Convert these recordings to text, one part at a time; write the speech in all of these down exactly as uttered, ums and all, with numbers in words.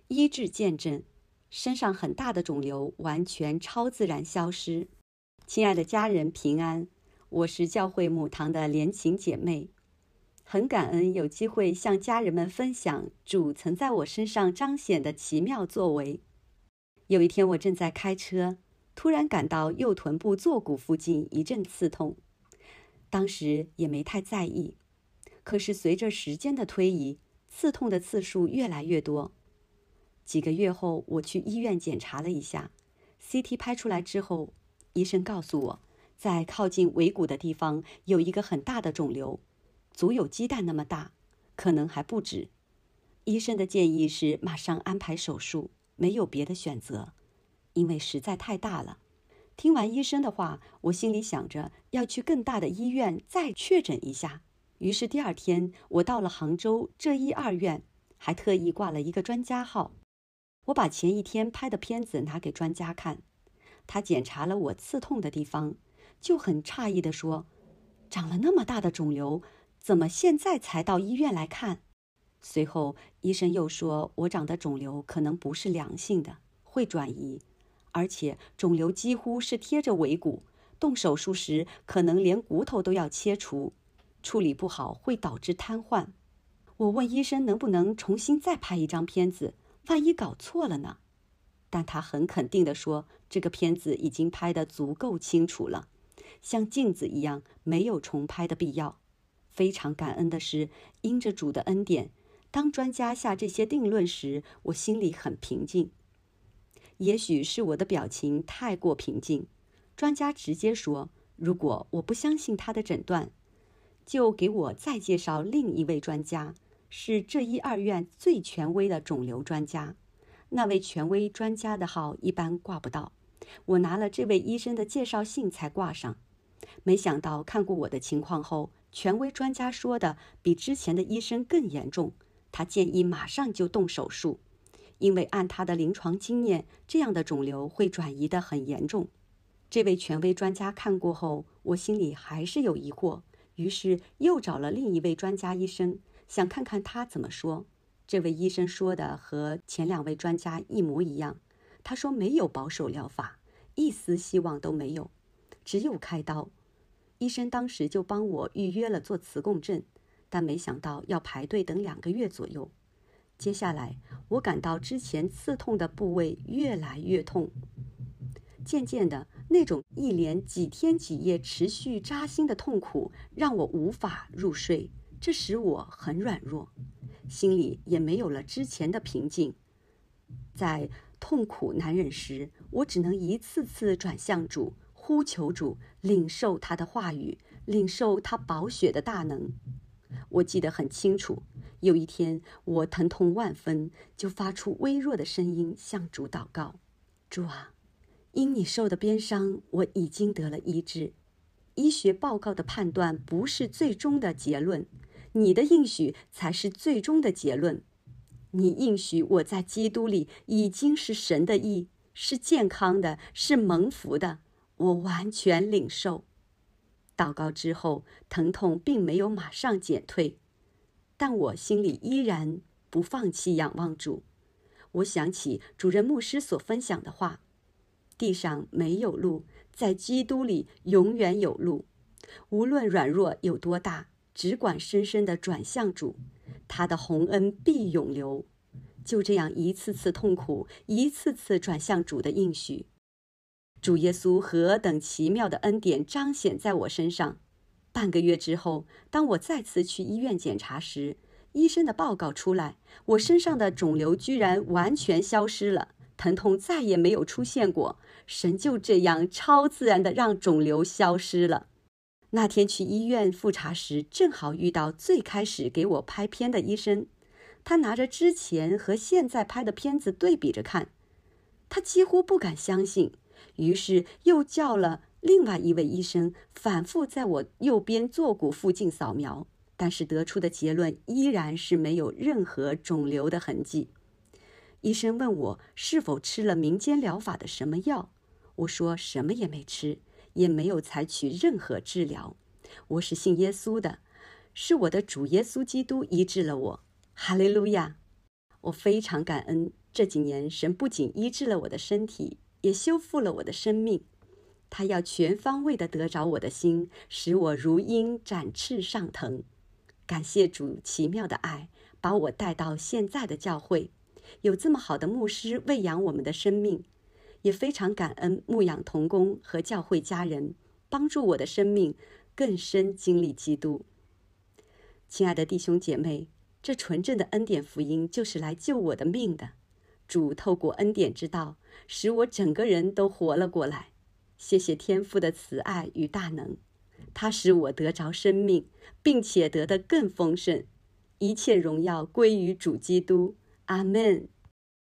医治见证，身上很大的肿瘤完全超自然消失。亲爱的家人平安，我是教会母堂的莲琴姐妹，很感恩有机会向家人们分享主曾在我身上彰显的奇妙作为。有一天我正在开车，突然感到右臀部坐骨附近一阵刺痛，当时也没太在意，可是随着时间的推移，刺痛的次数越来越多。几个月后，我去医院检查了一下 C T 拍出来之后，医生告诉我，在靠近尾骨的地方有一个很大的肿瘤，足有鸡蛋那么大，可能还不止。医生的建议是马上安排手术，没有别的选择，因为实在太大了。听完医生的话，我心里想着要去更大的医院再确诊一下。于是第二天，我到了杭州浙医二院，还特意挂了一个专家号。我把前一天拍的片子拿给专家看，他检查了我刺痛的地方，就很诧异地说，长了那么大的肿瘤，怎么现在才到医院来看？随后医生又说，我长的肿瘤可能不是良性的，会转移，而且肿瘤几乎是贴着尾骨，动手术时可能连骨头都要切除，处理不好会导致瘫痪。我问医生能不能重新再拍一张片子，万一搞错了呢？但他很肯定地说，这个片子已经拍得足够清楚了，像镜子一样，没有重拍的必要。非常感恩的是，因着主的恩典，当专家下这些定论时，我心里很平静。也许是我的表情太过平静，专家直接说，如果我不相信他的诊断，就给我再介绍另一位专家，是浙医二院最权威的肿瘤专家。那位权威专家的号一般挂不到，我拿了这位医生的介绍信才挂上。没想到看过我的情况后，权威专家说的比之前的医生更严重，他建议马上就动手术，因为按他的临床经验，这样的肿瘤会转移得很严重。这位权威专家看过后，我心里还是有疑惑，于是又找了另一位专家医生，想看看他怎么说。这位医生说的和前两位专家一模一样，他说没有保守疗法，一丝希望都没有，只有开刀。医生当时就帮我预约了做磁共振，但没想到要排队等两个月左右。接下来我感到之前刺痛的部位越来越痛，渐渐的那种一连几天几夜持续扎心的痛苦让我无法入睡，这使我很软弱，心里也没有了之前的平静。在痛苦难忍时，我只能一次次转向主，呼求主，领受他的话语，领受他宝血的大能。我记得很清楚，有一天我疼痛万分，就发出微弱的声音向主祷告，主啊，因你受的鞭伤，我已经得了医治。医学报告的判断不是最终的结论，你的应许才是最终的结论。你应许我在基督里已经是神的义，是健康的，是蒙福的，我完全领受。祷告之后，疼痛并没有马上减退，但我心里依然不放弃仰望主。我想起主任牧师所分享的话，地上没有路，在基督里永远有路。无论软弱有多大，只管深深地转向主，他的洪恩必永留。就这样一次次痛苦，一次次转向主的应许。主耶稣何等奇妙的恩典彰显在我身上。半个月之后，当我再次去医院检查时，医生的报告出来，我身上的肿瘤居然完全消失了，疼痛再也没有出现过。神就这样超自然地让肿瘤消失了。那天去医院复查时，正好遇到最开始给我拍片的医生，他拿着之前和现在拍的片子对比着看，他几乎不敢相信，于是又叫了另外一位医生反复在我右边坐骨附近扫描，但是得出的结论依然是没有任何肿瘤的痕迹。医生问我是否吃了民间疗法的什么药，我说什么也没吃，也没有采取任何治疗。我是信耶稣的，是我的主耶稣基督医治了我。哈利路亚！我非常感恩， 这几年，神不仅医治了我的身体，也修复了我的生命。他要全方位地得着我的心，使我如鹰展翅上腾。感谢主奇妙的爱，把我带到现在的教会，有这么好的牧师喂养我们的生命，也非常感恩牧养同工和教会家人，帮助我的生命更深经历基督。亲爱的弟兄姐妹，这纯正的恩典福音就是来救我的命的。主透过恩典之道，使我整个人都活了过来。谢谢天父的慈爱与大能，他使我得着生命，并且得得更丰盛。一切荣耀归于主基督。阿们。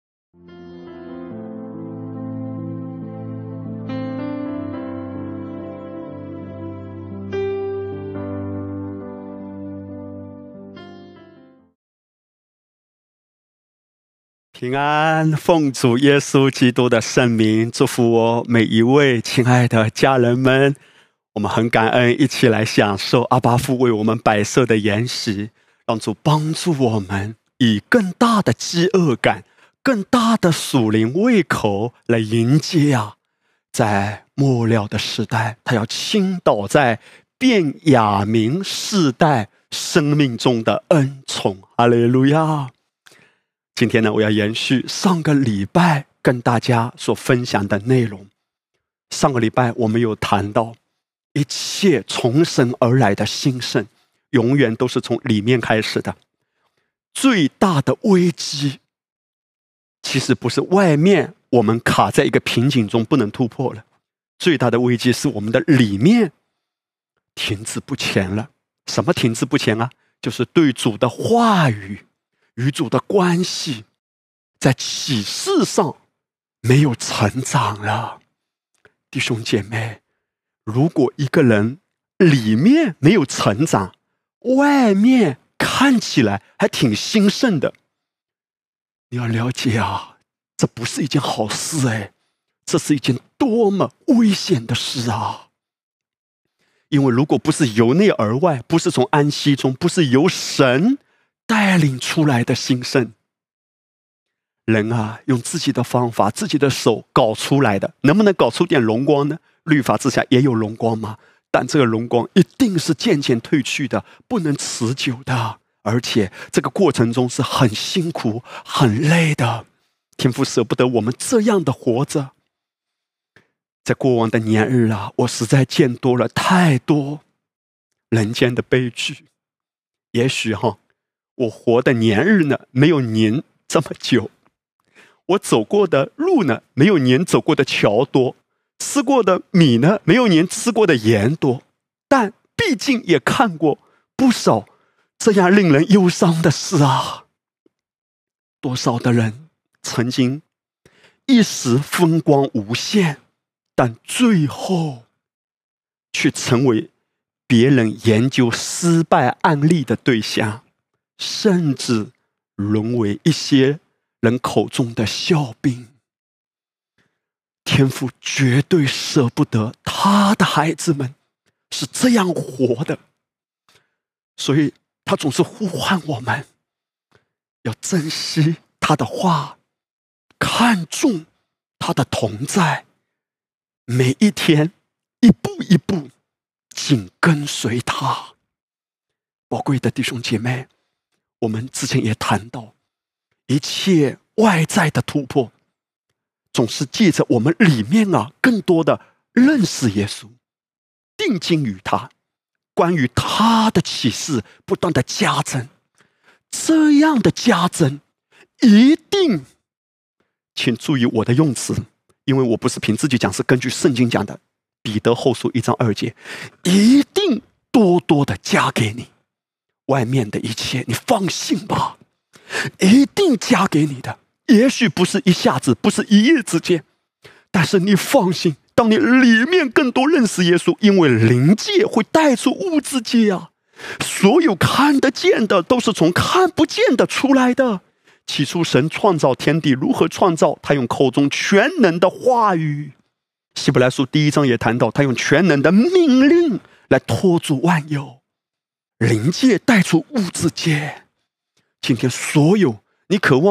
平安，奉主耶稣基督的圣名，祝福我每一位亲爱的家人们。我们很感恩，一起来享受阿爸父为我们摆设的筵席，让主帮助我们以更大的饥饿感、更大的属灵胃口来迎接啊，在末了的时代，他要倾倒在便雅悯世代生命中的恩宠。哈利路亚！今天呢，我要延续上个礼拜跟大家所分享的内容。上个礼拜我们有谈到，一切从神而来的兴盛，永远都是从里面开始的。最大的危机，其实不是外面我们卡在一个瓶颈中不能突破了，最大的危机是我们的里面停滞不前了。什么停滞不前啊？就是对主的话语与主的关系在启示上没有成长了。弟兄姐妹，如果一个人里面没有成长，外面看起来还挺兴盛的，你要了解啊，这不是一件好事哎，这是一件多么危险的事啊！因为如果不是由内而外，不是从安息中，不是由神带领出来的兴盛，人啊，用自己的方法、自己的手搞出来的，能不能搞出点荣光呢？律法之下也有荣光吗？但这个荣光一定是渐渐褪去的，不能持久的，而且这个过程中是很辛苦、很累的。天父舍不得我们这样的活着。在过往的年日啊，我实在见多了太多人间的悲剧。也许哈，我活的年日呢，没有您这么久。我走过的路呢，没有您走过的桥多；吃过的米呢，没有您吃过的盐多。但毕竟也看过不少这样令人忧伤的事啊！多少的人曾经一时风光无限，但最后却成为别人研究失败案例的对象，甚至沦为一些人口中的笑柄。天父绝对舍不得他的孩子们是这样活的，所以他总是呼唤我们要珍惜他的话，看重他的同在，每一天一步一步紧跟随他。宝贵的弟兄姐妹，我们之前也谈到，一切外在的突破总是借着我们里面啊更多的认识耶稣，定睛于他，关于他的启示不断的加增。这样的加增一定，请注意我的用词，因为我不是凭自己讲，是根据圣经讲的。彼得后书一章二节，一定多多的加给你，外面的一切你放心吧，一定加给你的。也许不是一下子，不是一夜之间，但是你放心，当你里面更多认识耶稣，因为灵界会带出物质界啊，所有看得见的都是从看不见的出来的。起初神创造天地，如何创造？他用口中全能的话语。希伯来书第一章也谈到，他用全能的命令来托住万有。灵界带出物质界。今天所有你渴望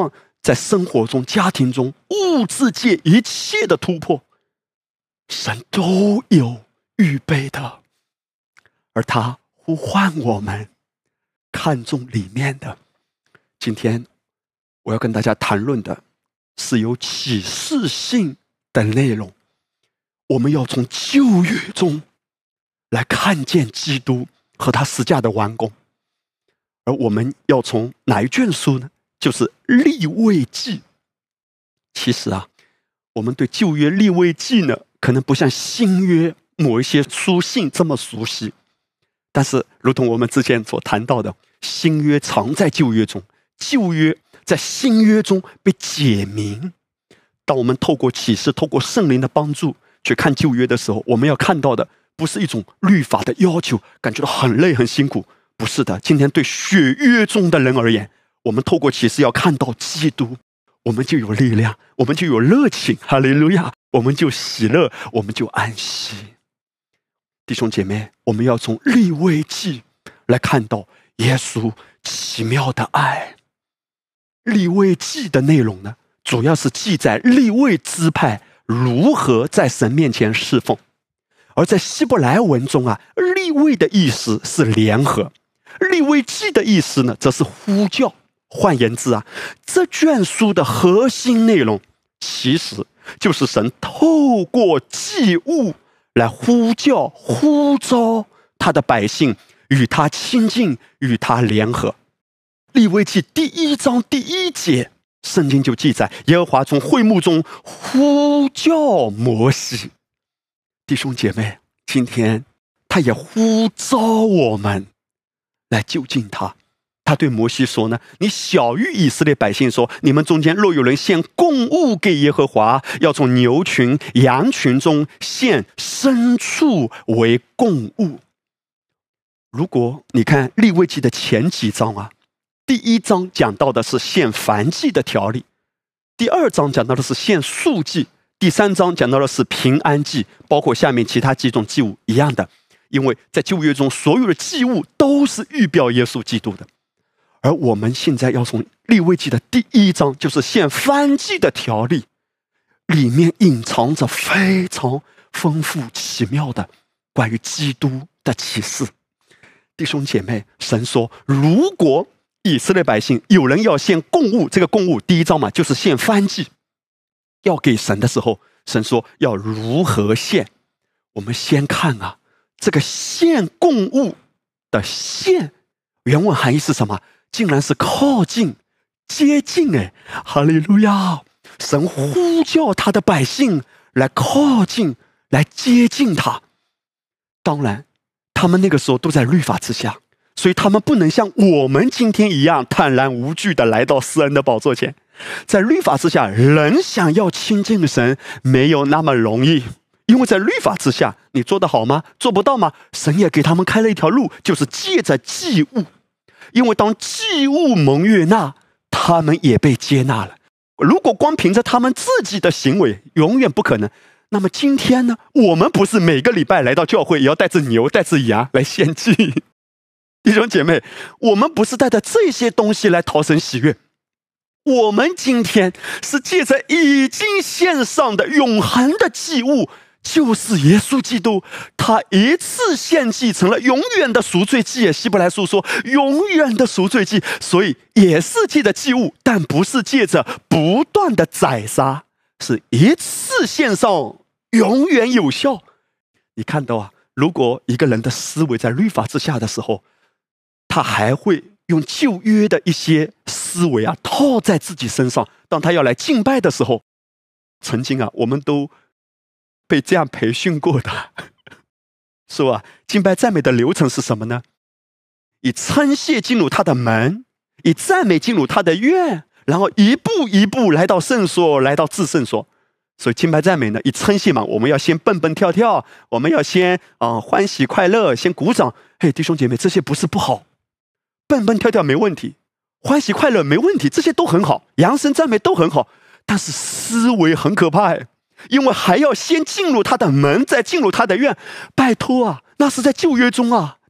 在生活中、家庭中、物质界一切的突破，神都有预备的，而他呼唤我们看重里面的。今天我要跟大家谈论的是有启示性的内容，我们要从旧约中来看见基督和他十架的完工，而我们要从哪一卷书呢？就是利未记。其实啊，我们对旧约利未记呢，可能不像新约某一些书信这么熟悉，但是如同我们之前所谈到的，新约藏在旧约中，旧约在新约中被解明。当我们透过启示，透过圣灵的帮助去看旧约的时候，我们要看到的不是一种律法的要求，感觉到很累很辛苦，不是的。今天对血约中的人而言，我们透过启示要看到基督，我们就有力量，我们就有热情，哈利路亚，我们就喜乐，我们就安息。弟兄姐妹，我们要从利未记来看到耶稣奇妙的爱。利未记的内容呢，主要是记载利未支派如何在神面前侍奉。而在希伯来文中啊，利未的意思是联合，利未记的意思呢，则是呼叫。换言之啊，这卷书的核心内容其实就是神透过祭物来呼叫、呼召他的百姓与他亲近，与他联合。利未记第一章第一节，圣经就记载耶和华从会幕中呼叫摩西。弟兄姐妹，今天他也呼召我们来就近他。他对摩西说呢，你晓谕以色列百姓说，你们中间若有人献供物给耶和华，要从牛群羊群中献牲畜为供物。如果你看利未记的前几章啊，第一章讲到的是献燔祭的条例，第二章讲到的是献素祭，第三章讲到的是平安祭，包括下面其他几种祭物一样的。因为在旧约中所有的祭物都是预表耶稣基督的。而我们现在要从利未记的第一章，就是献燔祭的条例，里面隐藏着非常丰富奇妙的关于基督的启示。弟兄姐妹，神说，如果以色列百姓有人要献供物，这个供物第一章嘛，就是献燔祭，要给神的时候，神说要如何献。我们先看啊，这个献供物的献原文含义是什么？竟然是靠近、接近。哎，哈利路亚！神呼叫他的百姓来靠近、来接近他。当然，他们那个时候都在律法之下，所以他们不能像我们今天一样坦然无惧的来到施恩的宝座前。在律法之下，人想要亲近神没有那么容易，因为在律法之下，你做得好吗？做不到吗？神也给他们开了一条路，就是借着祭物。因为当祭物蒙悦纳，他们也被接纳了。如果光凭着他们自己的行为，永远不可能。那么今天呢，我们不是每个礼拜来到教会也要带着牛带着羊来献祭？弟兄姐妹，我们不是带着这些东西来讨神喜悦，我们今天是借着已经献上的永恒的祭物，就是耶稣基督，他一次献祭成了永远的赎罪祭。希伯来书说永远的赎罪祭，所以也是借着祭物，但不是借着不断的宰杀，是一次献上，永远有效。你看到啊，如果一个人的思维在律法之下的时候，他还会用旧约的一些思维啊套在自己身上。当他要来敬拜的时候，曾经啊，我们都被这样培训过的，说啊，敬拜赞美的流程是什么呢？以称谢进入他的门，以赞美进入他的院，然后一步一步来到圣所，来到至圣所。所以敬拜赞美呢，以称谢嘛，我们要先蹦蹦跳跳，我们要先啊、呃、欢喜快乐，先鼓掌。嘿，弟兄姐妹，这些不是不好，蹦蹦跳跳没问题，欢喜快乐没问题，这些都很好，扬声赞美都很好，但是思维很可怕哎。因为还要先进入他的门，再进入他的院。拜托啊，那是在旧约中啊，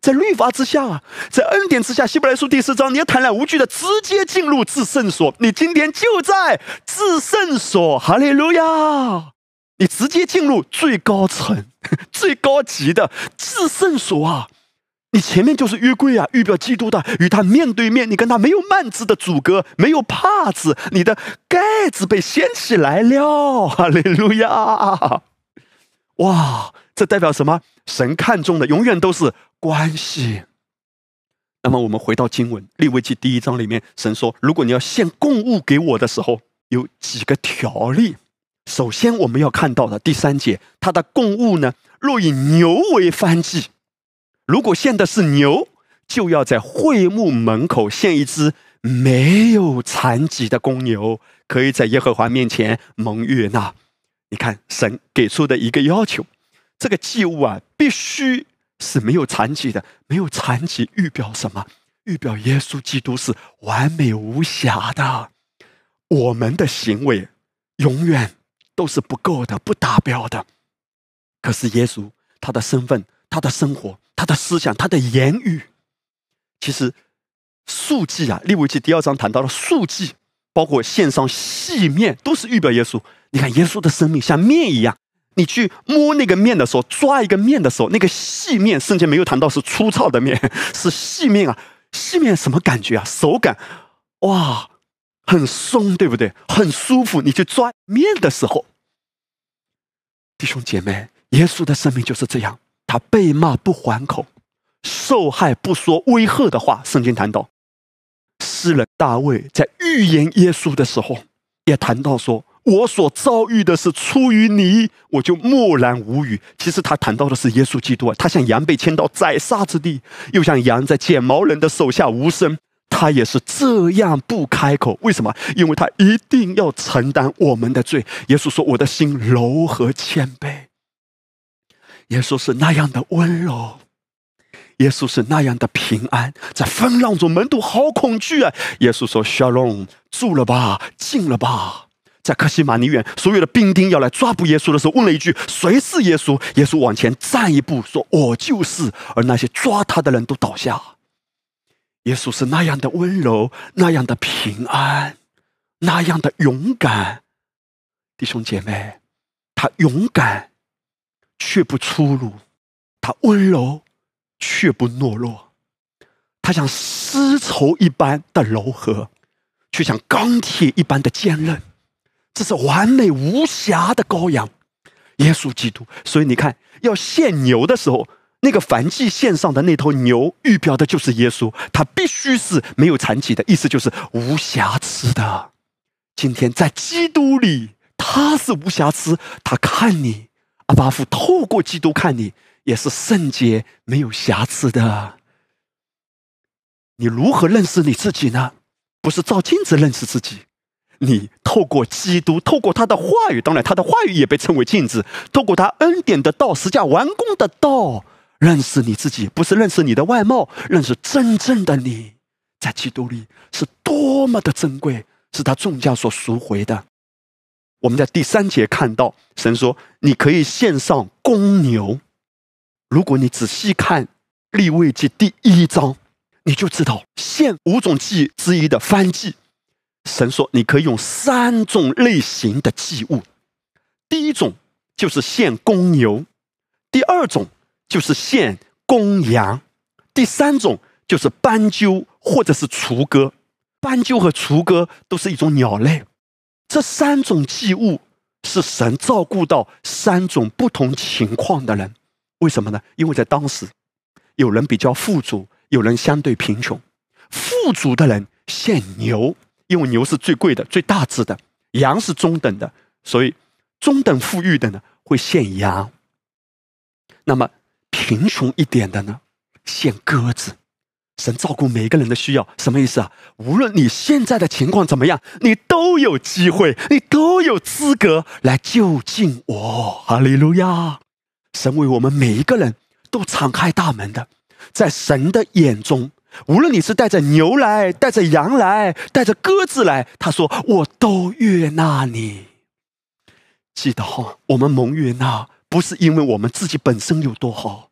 在律法之下啊，在恩典之下，希伯来书第四章，你要坦然无惧的直接进入至圣所。你今天就在至圣所，哈利路亚！你直接进入最高层、最高级的至圣所啊！你前面就是约柜啊，预表基督的，与他面对面，你跟他没有幔子的阻隔，没有帕子，你的盖子被掀起来了，哈利路亚！哇，这代表什么？神看重的永远都是关系。那么我们回到经文，利未记第一章里面，神说，如果你要献供物给我的时候，有几个条例。首先我们要看到的第三节，他的供物呢，若以牛为燔祭，如果献的是牛，就要在会幕门口献一只没有残疾的公牛，可以在耶和华面前蒙悦纳。你看神给出的一个要求，这个祭物啊，必须是没有残疾的。没有残疾预表什么？预表耶稣基督是完美无瑕的。我们的行为永远都是不够的，不达标的。可是耶稣，他的身份，他的生活，他的思想，他的言语，其实素祭啊，利未记第二章谈到了素祭，包括献上细面，都是预表耶稣。你看耶稣的生命像面一样，你去摸那个面的时候，抓一个面的时候，那个细面，圣经没有谈到是粗糙的面，是细面啊。细面什么感觉啊？手感，哇，很松，对不对？很舒服。你去抓面的时候，弟兄姐妹，耶稣的生命就是这样，他被骂不还口，受害不说威吓的话。圣经谈到诗人大卫在预言耶稣的时候，也谈到说，我所遭遇的是出于你，我就默然无语。其实他谈到的是耶稣基督啊，他像羊被牵到宰杀之地，又像羊在剪毛人的手下无声，他也是这样不开口。为什么？因为他一定要承担我们的罪。耶稣说，我的心柔和谦卑。耶稣是那样的温柔，耶稣是那样的平安。在风浪中，门徒好恐惧啊！耶稣说 Shalom， 住了吧，进了吧。在客西马尼园，所有的兵丁要来抓捕耶稣的时候，问了一句，谁是耶稣？耶稣往前站一步说，我就是。而那些抓他的人都倒下。耶稣是那样的温柔，那样的平安，那样的勇敢。弟兄姐妹，他勇敢却不粗鲁，他温柔却不懦弱，他像丝绸一般的柔和，却像钢铁一般的坚韧。这是完美无瑕的羔羊，耶稣基督。所以你看，要献牛的时候，那个燔祭献上的那头牛，预表的就是耶稣，他必须是没有残疾的，意思就是无瑕疵的。今天在基督里，他是无瑕疵，他看你，阿爸父透过基督看你，也是圣洁没有瑕疵的。你如何认识你自己呢？不是照镜子认识自己，你透过基督，透过他的话语，当然他的话语也被称为镜子，透过他恩典的道，十架完工的道，认识你自己，不是认识你的外貌，认识真正的你，在基督里是多么的珍贵，是他重价所赎回的。我们在第三节看到神说，你可以献上公牛。如果你仔细看利未记第一章，你就知道献五种祭之一的燔祭，神说你可以用三种类型的祭物。第一种就是献公牛，第二种就是献公羊，第三种就是斑鸠或者是雏鸽。斑鸠和雏鸽都是一种鸟类。这三种祭物是神照顾到三种不同情况的人。为什么呢？因为在当时有人比较富足，有人相对贫穷。富足的人献牛，因为牛是最贵的，最大只的，羊是中等的，所以中等富裕的呢会献羊。那么贫穷一点的呢，献鸽子。神照顾每一个人的需要，什么意思啊？无论你现在的情况怎么样，你都有机会，你都有资格来就近我。哈利路亚！神为我们每一个人都敞开大门的。在神的眼中，无论你是带着牛来，带着羊来，带着鸽子来，他说我都悦纳你。记得哦，我们蒙悦纳不是因为我们自己本身有多好，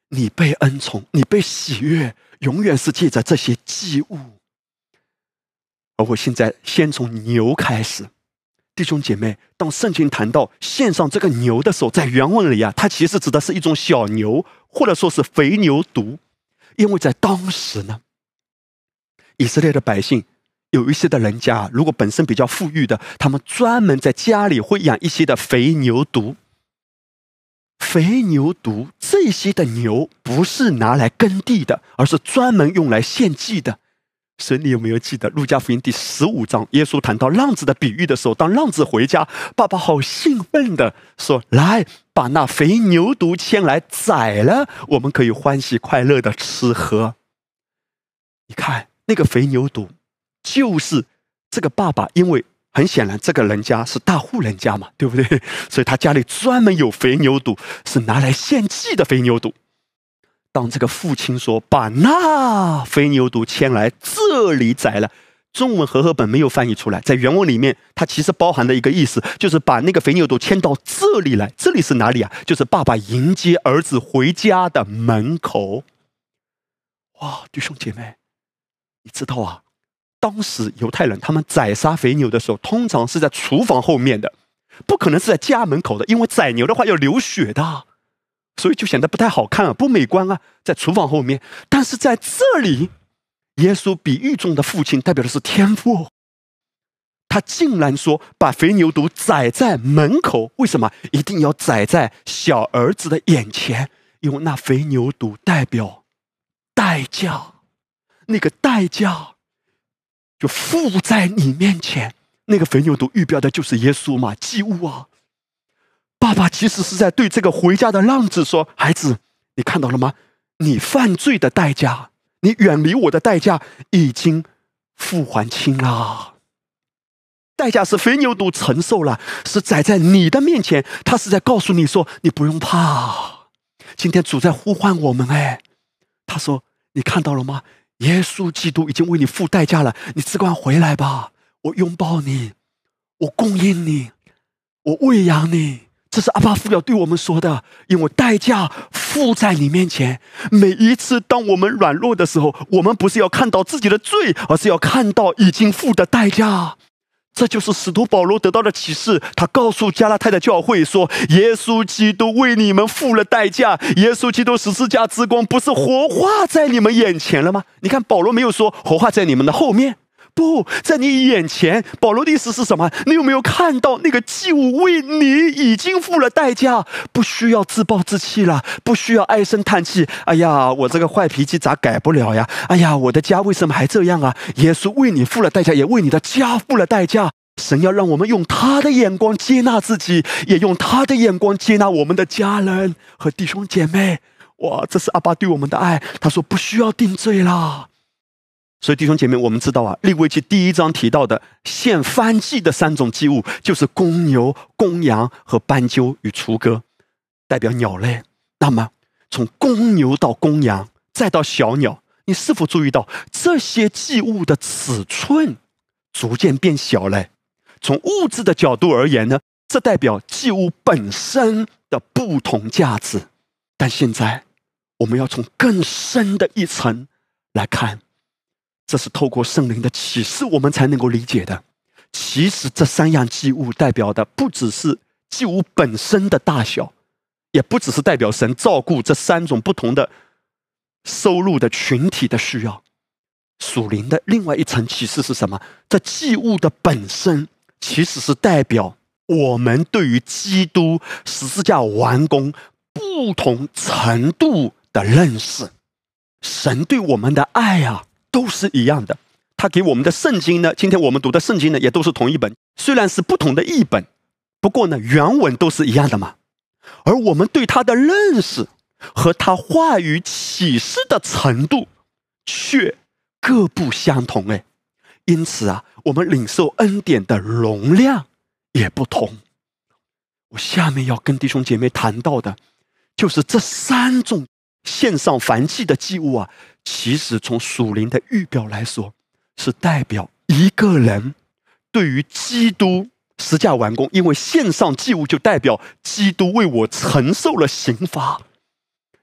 你被恩宠，你被喜悦，永远是借着这些祭物。而我现在先从牛开始。弟兄姐妹，当圣经谈到献上这个牛的时候，在原文里啊，它其实指的是一种小牛，或者说是肥牛犊。因为在当时呢，以色列的百姓有一些的人家，如果本身比较富裕的，他们专门在家里会养一些的肥牛犊。肥牛犊这些的牛不是拿来耕地的，而是专门用来献祭的。所以你有没有记得路加福音第十五章，耶稣谈到浪子的比喻的时候，当浪子回家，爸爸好兴奋的说，来把那肥牛犊牵来宰了，我们可以欢喜快乐的吃喝。你看那个肥牛犊就是这个爸爸，因为很显然这个人家是大户人家嘛，对不对？所以他家里专门有肥牛犊，是拿来献祭的肥牛犊。当这个父亲说把那肥牛犊牵来这里宰了，中文和合本没有翻译出来，在原文里面它其实包含的一个意思就是把那个肥牛犊牵到这里来。这里是哪里啊？就是爸爸迎接儿子回家的门口。哇，弟兄姐妹，你知道啊，当时犹太人他们宰杀肥牛的时候，通常是在厨房后面的，不可能是在家门口的，因为宰牛的话要流血的，所以就显得不太好看啊，不美观啊，在厨房后面。但是在这里，耶稣比喻中的父亲代表的是天父，他竟然说把肥牛犊宰在门口。为什么一定要宰在小儿子的眼前？因为那肥牛犊代表代价，那个代价就付在你面前。那个肥牛犊预表的就是耶稣嘛，祭物啊。爸爸其实是在对这个回家的浪子说，孩子，你看到了吗？你犯罪的代价，你远离我的代价已经付还清了。代价是肥牛犊承受了，是宰在你的面前。他是在告诉你说，你不用怕，今天主在呼唤我们。哎，他说，你看到了吗？耶稣基督已经为你付代价了，你只管回来吧，我拥抱你，我供应你，我喂养你。这是阿爸父要对我们说的，因为代价付在你面前。每一次当我们软弱的时候，我们不是要看到自己的罪，而是要看到已经付的代价。这就是使徒保罗得到的启示，他告诉加拉太的教会说，耶稣基督为你们付了代价，耶稣基督十字架之光不是活化在你们眼前了吗？你看保罗没有说活化在你们的后面，不在你眼前。保罗的意思是什么？你有没有看到那个祭物为你已经付了代价？不需要自暴自弃了，不需要唉声叹气，哎呀，我这个坏脾气咋改不了呀？哎呀，我的家为什么还这样啊？耶稣为你付了代价，也为你的家付了代价。神要让我们用他的眼光接纳自己，也用他的眼光接纳我们的家人和弟兄姐妹。哇，这是阿爸对我们的爱。他说不需要定罪啦。所以弟兄姐妹，我们知道啊，利未记第一章提到的献燔祭的三种祭物，就是公牛、公羊和斑鸠与雏鸽，代表鸟类。那么从公牛到公羊，再到小鸟，你是否注意到这些祭物的尺寸逐渐变小了？从物质的角度而言呢，这代表祭物本身的不同价值。但现在我们要从更深的一层来看，这是透过圣灵的启示我们才能够理解的。其实这三样祭物代表的不只是祭物本身的大小，也不只是代表神照顾这三种不同的收入的群体的需要。属灵的另外一层启示是什么？这祭物的本身其实是代表我们对于基督十字架完工不同程度的认识。神对我们的爱啊都是一样的。他给我们的圣经呢，今天我们读的圣经呢，也都是同一本，虽然是不同的译本，不过呢，原文都是一样的嘛。而我们对他的认识和他话语启示的程度却各不相同。哎，因此啊，我们领受恩典的容量也不同。我下面要跟弟兄姐妹谈到的，就是这三种献上燔祭的祭物啊，其实从属灵的预表来说，是代表一个人对于基督十字架完工，因为献上祭物就代表基督为我承受了刑罚。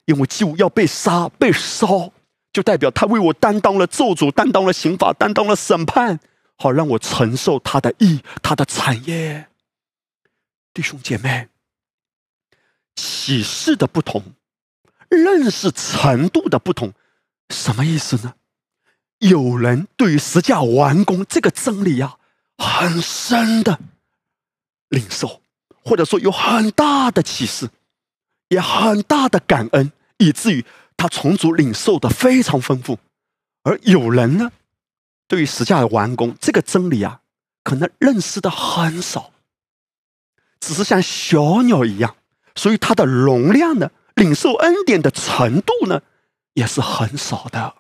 因为就要被杀被烧，就代表他为我担当了咒诅，担当了刑罚，担当了审判，好让我承受他的义，他的产业。弟兄姐妹，启示的不同，认识程度的不同，什么意思呢？有人对于十架完工这个真理啊，很深的领受，或者说有很大的启示，也很大的感恩，以至于他从主领受的非常丰富。而有人呢，对于十架完工这个真理啊，可能认识的很少，只是像小鸟一样，所以他的容量呢，领受恩典的程度呢，也是很少的。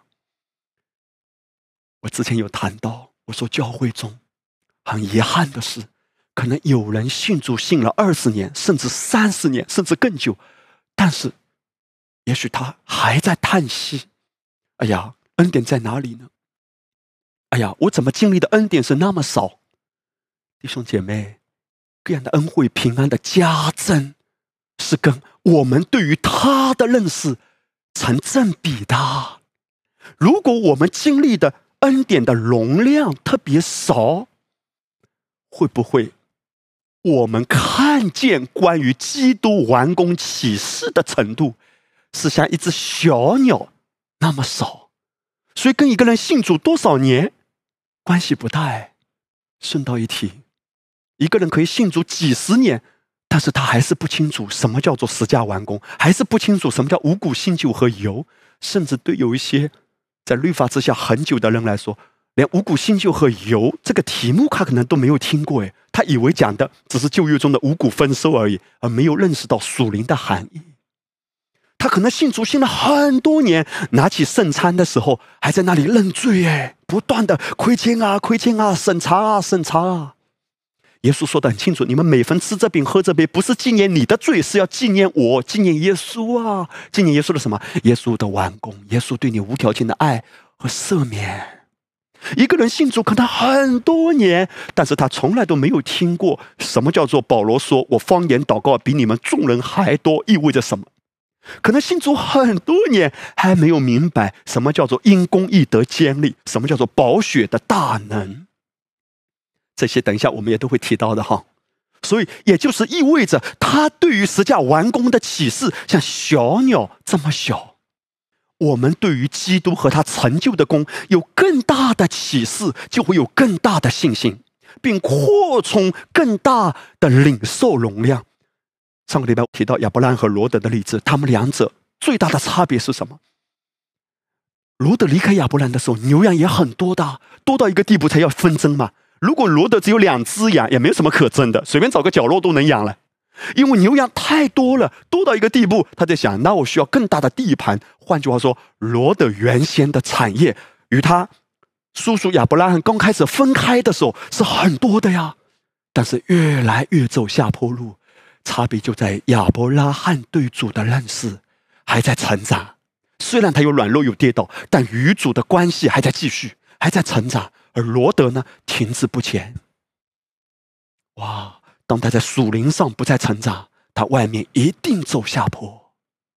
我之前有谈到，我说教会中很遗憾的是，可能有人信主信了二十年，甚至三十年，甚至更久，但是也许他还在叹息：哎呀，恩典在哪里呢？哎呀，我怎么经历的恩典是那么少？弟兄姐妹，各样的恩惠平安的加增，是跟我们对于他的认识成正比的。如果我们经历的恩典的容量特别少，会不会我们看见关于基督完工启示的程度是像一只小鸟那么少？所以跟一个人信主多少年关系不大。顺道一提，一个人可以信主几十年，但是他还是不清楚什么叫做十架完工，还是不清楚什么叫五谷新酒和油，甚至对有一些在律法之下很久的人来说，连五谷新酒和油这个题目他可能都没有听过。诶，他以为讲的只是旧约中的五谷丰收而已，而没有认识到属灵的含义。他可能信主信了很多年，拿起圣餐的时候还在那里认罪，诶，不断的亏欠啊亏欠啊，审查啊审查啊。耶稣说得很清楚，你们每逢吃这饼喝这杯，不是纪念你的罪，是要纪念我，纪念耶稣啊，纪念耶稣的什么？耶稣的完工，耶稣对你无条件的爱和赦免。一个人信主可能很多年，但是他从来都没有听过什么叫做保罗说我方言祷告比你们众人还多意味着什么。可能信主很多年，还没有明白什么叫做因公义得坚立，什么叫做宝血的大能。这些等一下我们也都会提到的哈。所以也就是意味着他对于十架完工的启示像小鸟这么小。我们对于基督和他成就的功有更大的启示，就会有更大的信心，并扩充更大的领受容量。上个礼拜我提到亚伯兰和罗德的例子，他们两者最大的差别是什么？罗德离开亚伯兰的时候，牛羊也很多的，多到一个地步才要纷争嘛。如果罗德只有两只羊，也没有什么可争的，随便找个角落都能养了。因为牛羊太多了，多到一个地步，他在想，那我需要更大的地盘。换句话说，罗德原先的产业与他叔叔亚伯拉罕刚开始分开的时候是很多的呀，但是越来越走下坡路。差别就在亚伯拉罕对主的认识还在成长，虽然他有软弱有跌倒，但与主的关系还在继续，还在成长。而罗德呢，停滞不前。哇！当他在属灵上不再成长，他外面一定走下坡。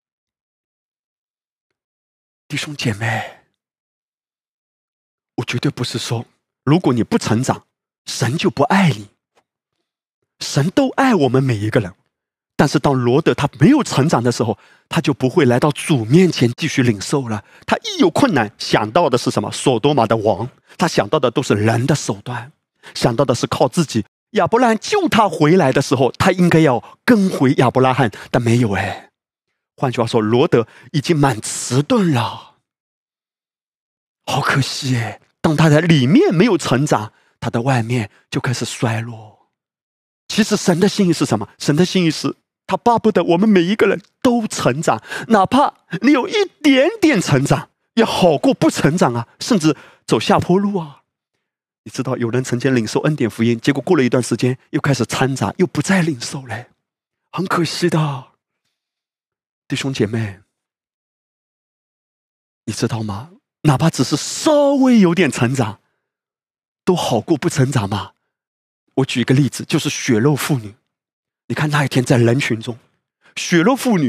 弟兄姐妹，我绝对不是说如果你不成长，神就不爱你。神都爱我们每一个人，但是当罗德他没有成长的时候，他就不会来到主面前继续领受了。他一有困难，想到的是什么？所多玛的王，他想到的都是人的手段，想到的是靠自己。亚伯拉罕救他回来的时候，他应该要跟回亚伯拉罕，但没有哎。换句话说，罗德已经蛮迟钝了，好可惜哎。当他在里面没有成长，他的外面就开始衰落。其实神的心意是什么？神的心意是他巴不得我们每一个人都成长，哪怕你有一点点成长，也好过不成长啊，甚至走下坡路啊。你知道有人曾经领受恩典福音，结果过了一段时间又开始掺杂，又不再领受了，很可惜的。弟兄姐妹，你知道吗？哪怕只是稍微有点成长，都好过不成长嘛。我举一个例子，就是血肉妇女。你看那一天在人群中，血肉妇女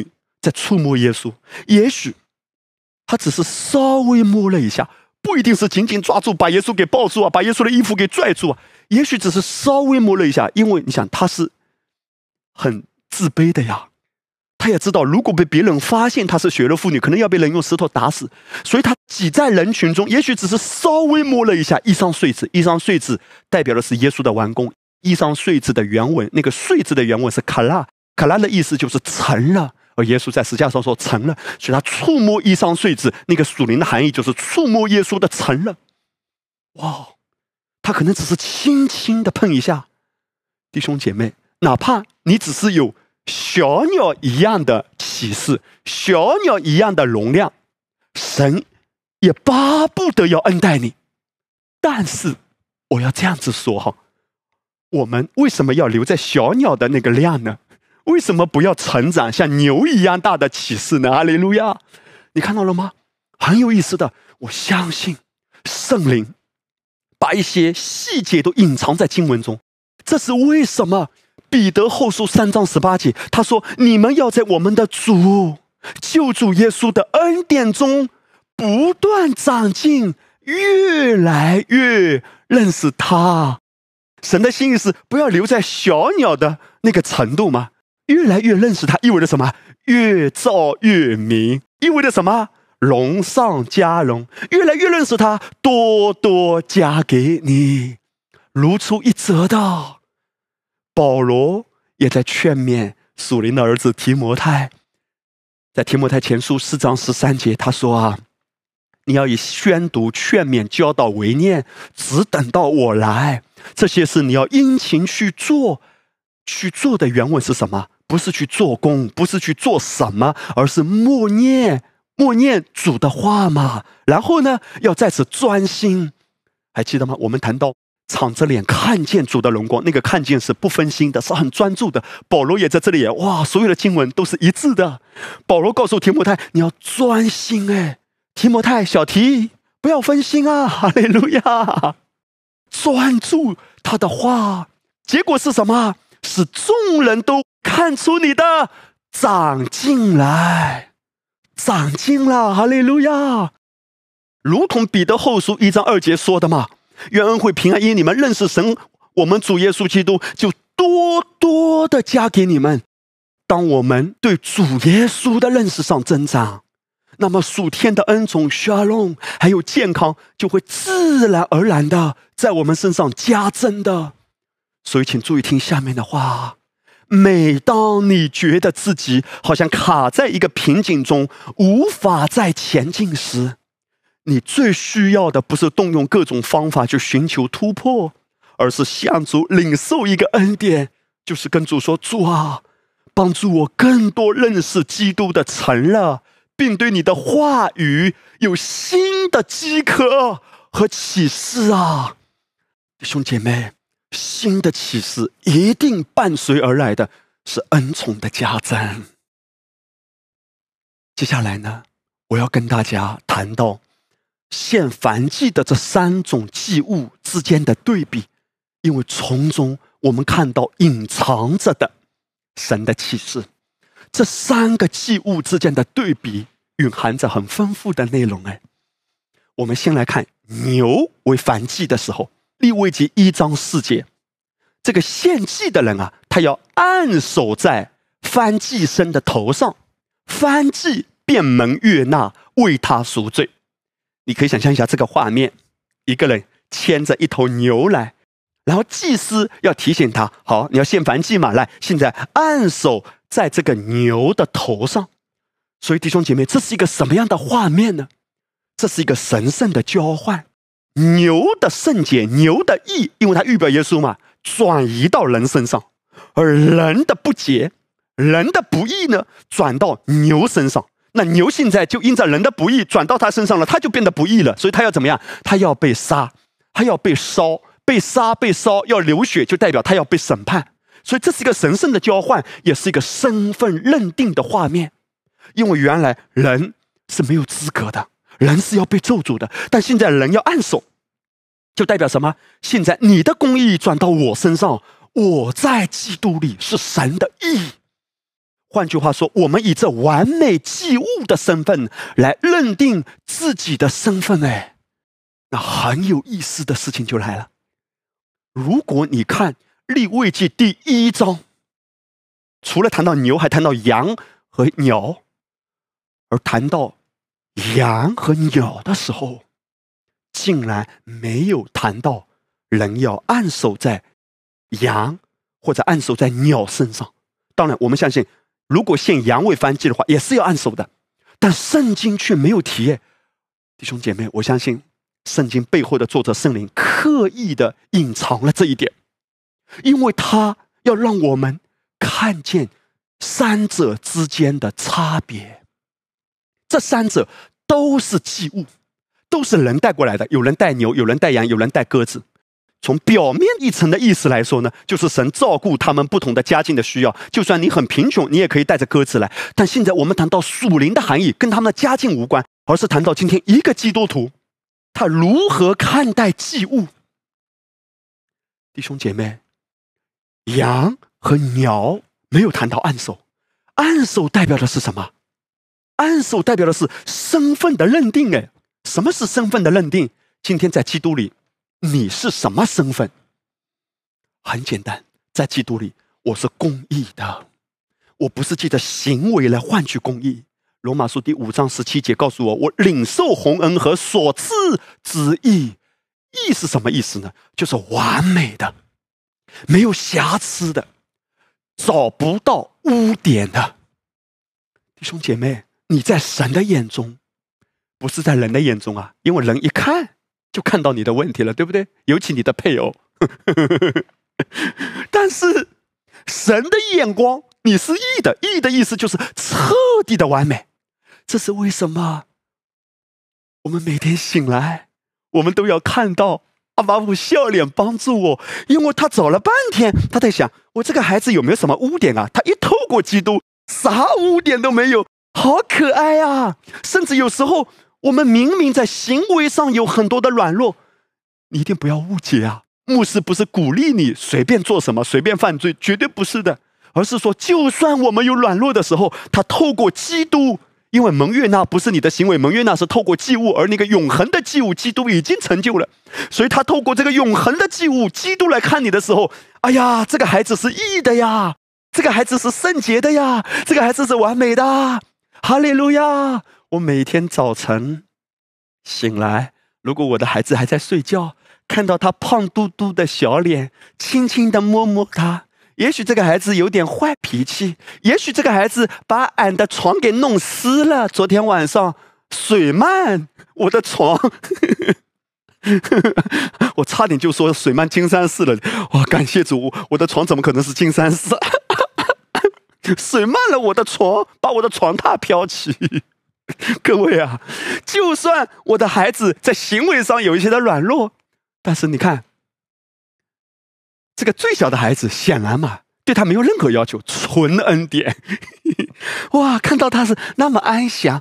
在触摸耶稣，也许他只是稍微摸了一下，不一定是紧紧抓住把耶稣给抱住啊，把耶稣的衣服给拽住啊，也许只是稍微摸了一下，因为你想他是很自卑的呀，他也知道如果被别人发现他是血肉妇女，可能要被人用石头打死，所以他挤在人群中，也许只是稍微摸了一下，衣裳繸子，衣裳繸子代表的是耶稣的完工，衣裳繸子的原文，那个繸子的原文是卡拉，卡拉的意思就是成了，而耶稣在十字架上说成了，所以他触摸衣裳繸子，那个属灵的含义就是触摸耶稣的成了。哇，他可能只是轻轻的碰一下。弟兄姐妹，哪怕你只是有小鸟一样的启示，小鸟一样的容量，神也巴不得要恩待你。但是我要这样子说哈，我们为什么要留在小鸟的那个量呢？为什么不要成长像牛一样大的启示呢？哈利路亚！你看到了吗？很有意思的，我相信圣灵把一些细节都隐藏在经文中。这是为什么彼得后书三章十八节他说，你们要在我们的主救主耶稣的恩典中不断长进，越来越认识他。神的心意是不要留在小鸟的那个程度吗？越来越认识他意味着什么？越照越明，意味着什么？荣上加荣，越来越认识他，多多加给你。如出一辙的，保罗也在劝勉属灵的儿子提摩太，在提摩太前书四章十三节他说啊，你要以宣读、劝勉、教导为念，只等到我来。这些事你要殷勤去做。去做的原文是什么？不是去做工，不是去做什么，而是默念默念主的话嘛。然后呢，要在此专心。还记得吗？我们谈到敞着脸看见主的荣光，那个看见是不分心的，是很专注的。保罗也在这里也，哇，所有的经文都是一致的。保罗告诉提摩太，你要专心。哎，提摩太小提，不要分心啊！哈利路亚，专注他的话。结果是什么？使众人都看出你的长进来，长进了，哈利路亚！如同彼得后书一章二节说的嘛，愿恩惠平安因你们认识神，我们主耶稣基督就多多的加给你们。当我们对主耶稣的认识上增长，那么属天的恩宠、shalom还有健康就会自然而然的在我们身上加增的。所以请注意听下面的话，每当你觉得自己好像卡在一个瓶颈中，无法再前进时，你最需要的不是动用各种方法去寻求突破，而是向主领受一个恩典，就是跟主说，主啊，帮助我更多认识基督的成了，并对你的话语有新的饥渴和启示啊。弟兄姐妹，新的启示一定伴随而来的是恩宠的加增。接下来呢，我要跟大家谈到献燔祭的这三种祭物之间的对比，因为从中我们看到隐藏着的神的启示。这三个祭物之间的对比蕴含着很丰富的内容。哎，我们先来看牛为燔祭的时候，利未记一章四节，这个献祭的人啊，他要按手在燔祭牲的头上，燔祭便蒙悦纳，为他赎罪。你可以想象一下这个画面，一个人牵着一头牛来，然后祭司要提醒他，好，你要献燔祭嘛，来，现在按手在这个牛的头上。所以弟兄姐妹，这是一个什么样的画面呢？这是一个神圣的交换，牛的圣洁，牛的义，因为它预表耶稣嘛，转移到人身上，而人的不洁，人的不义呢，转到牛身上。那牛现在就因着人的不义转到他身上了，他就变得不义了，所以他要怎么样？他要被杀，他要被烧，被杀被烧，要流血，就代表他要被审判。所以这是一个神圣的交换，也是一个身份认定的画面。因为原来人是没有资格的，人是要被咒诅的，但现在人要按手，就代表什么？现在你的公义转到我身上，我在基督里是神的义。 换句话说，我们以这完美祭物的身份来认定自己的身份，哎，那很有意思的事情就来了。如果你看利未记第一章，除了谈到牛，还谈到羊和鸟，而谈到羊和鸟的时候，竟然没有谈到人要按手在羊或者按手在鸟身上。当然我们相信，如果献羊为燔祭的话也是要按手的，但圣经却没有提。弟兄姐妹，我相信圣经背后的作者圣灵刻意的隐藏了这一点，因为他要让我们看见三者之间的差别。这三者都是祭物，都是人带过来的，有人带牛，有人带羊，有人带鸽子。从表面一层的意思来说呢，就是神照顾他们不同的家境的需要，就算你很贫穷，你也可以带着鸽子来。但现在我们谈到属灵的含义，跟他们的家境无关，而是谈到今天一个基督徒他如何看待祭物。弟兄姐妹，羊和鸟没有谈到按手，按手代表的是什么？按手代表的是身份的认定。哎，什么是身份的认定？今天在基督里你是什么身份？很简单，在基督里我是公义的，我不是借着行为来换取公义。罗马书第五章十七节告诉我，我领受洪恩和所赐之义。义是什么意思呢？就是完美的，没有瑕疵的，找不到污点的。弟兄姐妹，你在神的眼中，不是在人的眼中啊，因为人一看就看到你的问题了，对不对？尤其你的配偶。但是神的眼光，你是义的，义的意思就是彻底的完美。这是为什么我们每天醒来，我们都要看到阿爸父笑脸帮助我，因为他找了半天，他在想我这个孩子有没有什么污点啊？他一透过基督，啥污点都没有，好可爱啊！甚至有时候我们明明在行为上有很多的软弱，你一定不要误解啊！牧师不是鼓励你随便做什么，随便犯罪，绝对不是的，而是说，就算我们有软弱的时候，他透过基督，因为蒙悦纳不是你的行为，蒙悦纳是透过祭物，而那个永恒的祭物，基督已经成就了，所以他透过这个永恒的祭物，基督来看你的时候，哎呀，这个孩子是义的呀，这个孩子是圣洁的呀，这个孩子是完美的，哈利路亚！我每天早晨醒来，如果我的孩子还在睡觉，看到他胖嘟嘟的小脸，轻轻地摸摸他，也许这个孩子有点坏脾气，也许这个孩子把俺的床给弄湿了，昨天晚上水漫我的床我差点就说水漫金山寺了，哇，感谢主，我的床怎么可能是金山寺水漫了我的床，把我的床榻飘起。各位啊，就算我的孩子在行为上有一些的软弱，但是你看这个最小的孩子，显然嘛，对他没有任何要求，纯恩典哇，看到他是那么安详，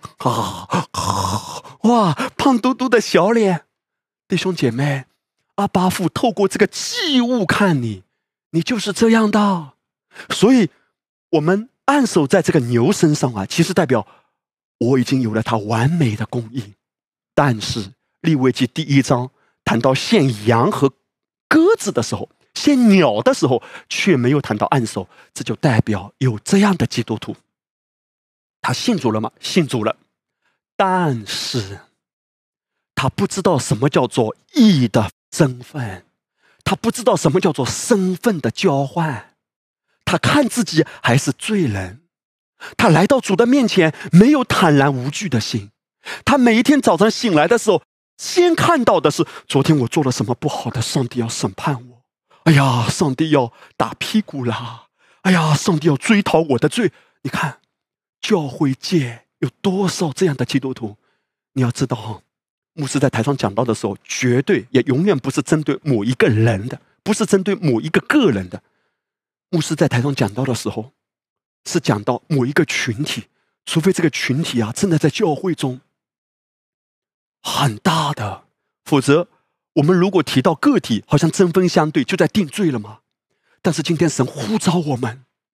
哇，胖嘟嘟的小脸。弟兄姐妹，阿爸父透过这个祭物看你，你就是这样的。所以我们按手在这个牛身上啊，其实代表我已经有了他完美的公义。但是利未记第一章谈到献羊和鸽子的时候，献鸟的时候，却没有谈到按手，这就代表有这样的基督徒，他信主了吗？信主了，但是他不知道什么叫做义的身份，他不知道什么叫做身份的交换，他看自己还是罪人，他来到主的面前没有坦然无惧的心，他每一天早上醒来的时候，先看到的是昨天我做了什么不好的，上帝要审判我，哎呀，上帝要打屁股啦，哎呀，上帝要追讨我的罪。你看教会界有多少这样的基督徒？你要知道，牧师在台上讲到的时候，绝对也永远不是针对某一个人的，不是针对某一个个人的。牧师在台上讲到的时候，是讲到某一个群体，除非这个群体啊真的在教会中很大的，否则我们如果提到个体，好像针锋相对，就在定罪了吗？但是今天神呼召我们，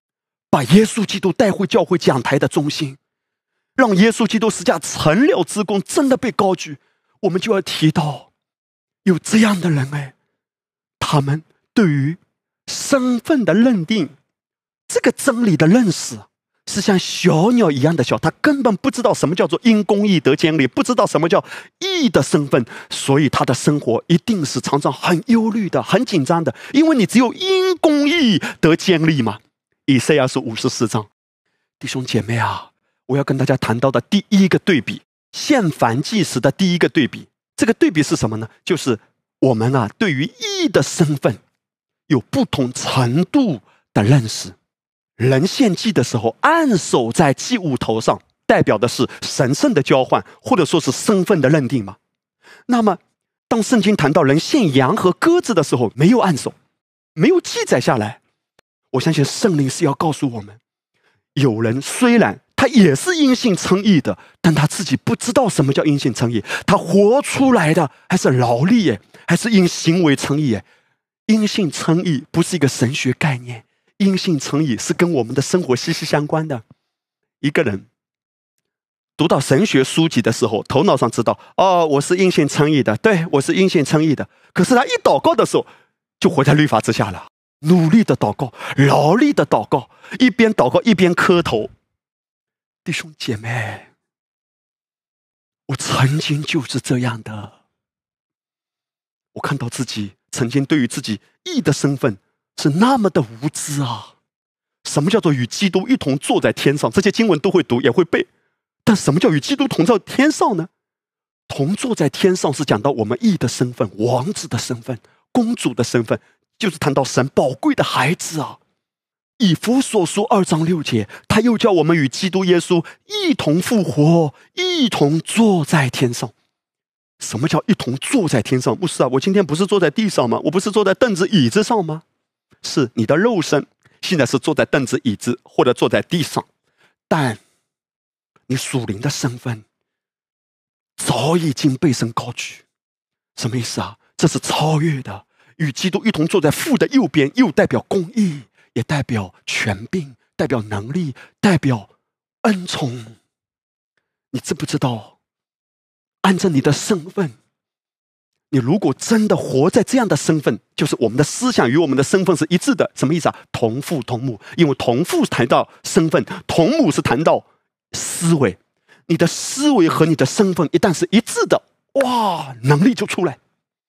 把耶稣基督带回教会讲台的中心，让耶稣基督十字架成了之功真的被高举，我们就要提到有这样的人哎，他们对于身份的认定，这个真理的认识是像小鸟一样的小，他根本不知道什么叫做因公义得建立，不知道什么叫义的身份，所以他的生活一定是常常很忧虑的，很紧张的，因为你只有因公义得建立嘛。以赛亚书五十四章，弟兄姐妹啊，我要跟大家谈到的第一个对比，献燔祭时的第一个对比，这个对比是什么呢？就是我们啊对于义的身份有不同程度的认识。人献祭的时候按手在祭物头上，代表的是神圣的交换，或者说是身份的认定嘛。那么当圣经谈到人献羊和鸽子的时候，没有按手，没有记载下来。我相信圣灵是要告诉我们，有人虽然他也是因信称义的，但他自己不知道什么叫因信称义，他活出来的还是劳力耶，还是因行为称义耶。因信称义不是一个神学概念，因信称义是跟我们的生活息息相关的。一个人读到神学书籍的时候，头脑上知道，哦，我是因信称义的，对，我是因信称义的。可是他一祷告的时候，就活在律法之下了。努力的祷告，劳力的祷告，一边祷告一边磕头。弟兄姐妹，我曾经就是这样的。我看到自己曾经对于自己义的身份是那么的无知啊！什么叫做与基督一同坐在天上？这些经文都会读，也会背。但什么叫与基督同在天上呢？同坐在天上是讲到我们义的身份，王子的身份，公主的身份，就是谈到神宝贵的孩子啊。以弗所书二章六节，他又叫我们与基督耶稣一同复活，一同坐在天上。什么叫一同坐在天上？不是啊，我今天不是坐在地上吗？我不是坐在凳子椅子上吗？是你的肉身现在是坐在凳子椅子或者坐在地上，但你属灵的身份早已经被神高举。什么意思啊？这是超越的，与基督一同坐在父的右边，又代表公义，也代表权柄，代表能力，代表恩宠。你知不知道，按照你的身份，你如果真的活在这样的身份，就是我们的思想与我们的身份是一致的。什么意思啊？同父同母，因为同父谈到身份，同母是谈到思维。你的思维和你的身份一旦是一致的，哇，能力就出来，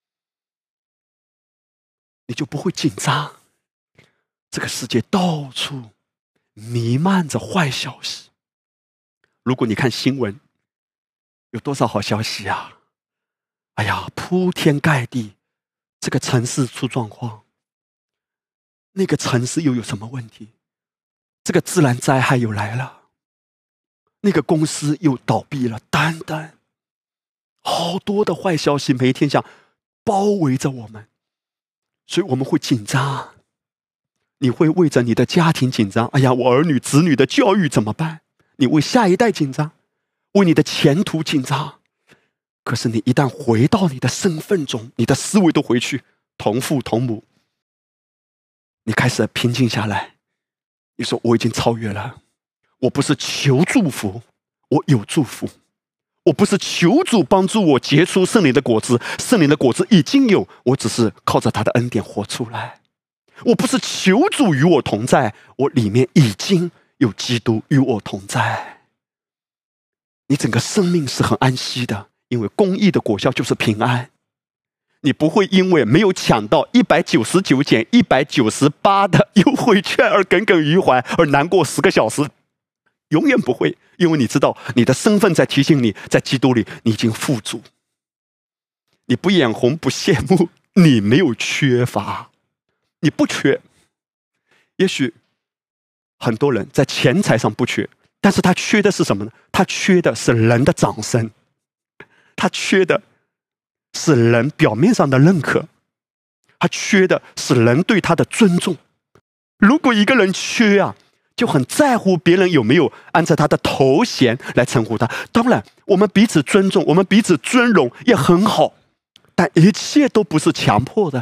你就不会紧张。这个世界到处弥漫着坏消息，如果你看新闻，有多少好消息啊？哎呀，铺天盖地，这个城市出状况，那个城市又有什么问题？这个自然灾害又来了，那个公司又倒闭了，等等，好多的坏消息每一天像包围着我们，所以我们会紧张。你会为着你的家庭紧张，哎呀，我儿女子女的教育怎么办？你为下一代紧张，为你的前途紧张。可是你一旦回到你的身份中，你的思维都回去，同父同母，你开始平静下来。你说我已经超越了，我不是求祝福，我有祝福。我不是求主帮助我结出圣灵的果子，圣灵的果子已经有，我只是靠着他的恩典活出来。我不是求主与我同在，我里面已经有基督与我同在。你整个生命是很安息的，因为公义的果效就是平安。你不会因为没有抢到一百九十九减一百九十八的优惠券而耿耿于怀，而难过十个小时，永远不会，因为你知道你的身份在提醒你，在基督里你已经富足。你不眼红不羡慕，你没有缺乏，你不缺。也许很多人在钱财上不缺，但是他缺的是什么呢？他缺的是人的掌声，他缺的是人表面上的认可，他缺的是人对他的尊重。如果一个人缺啊，就很在乎别人有没有按照他的头衔来称呼他。当然我们彼此尊重，我们彼此尊荣也很好，但一切都不是强迫的。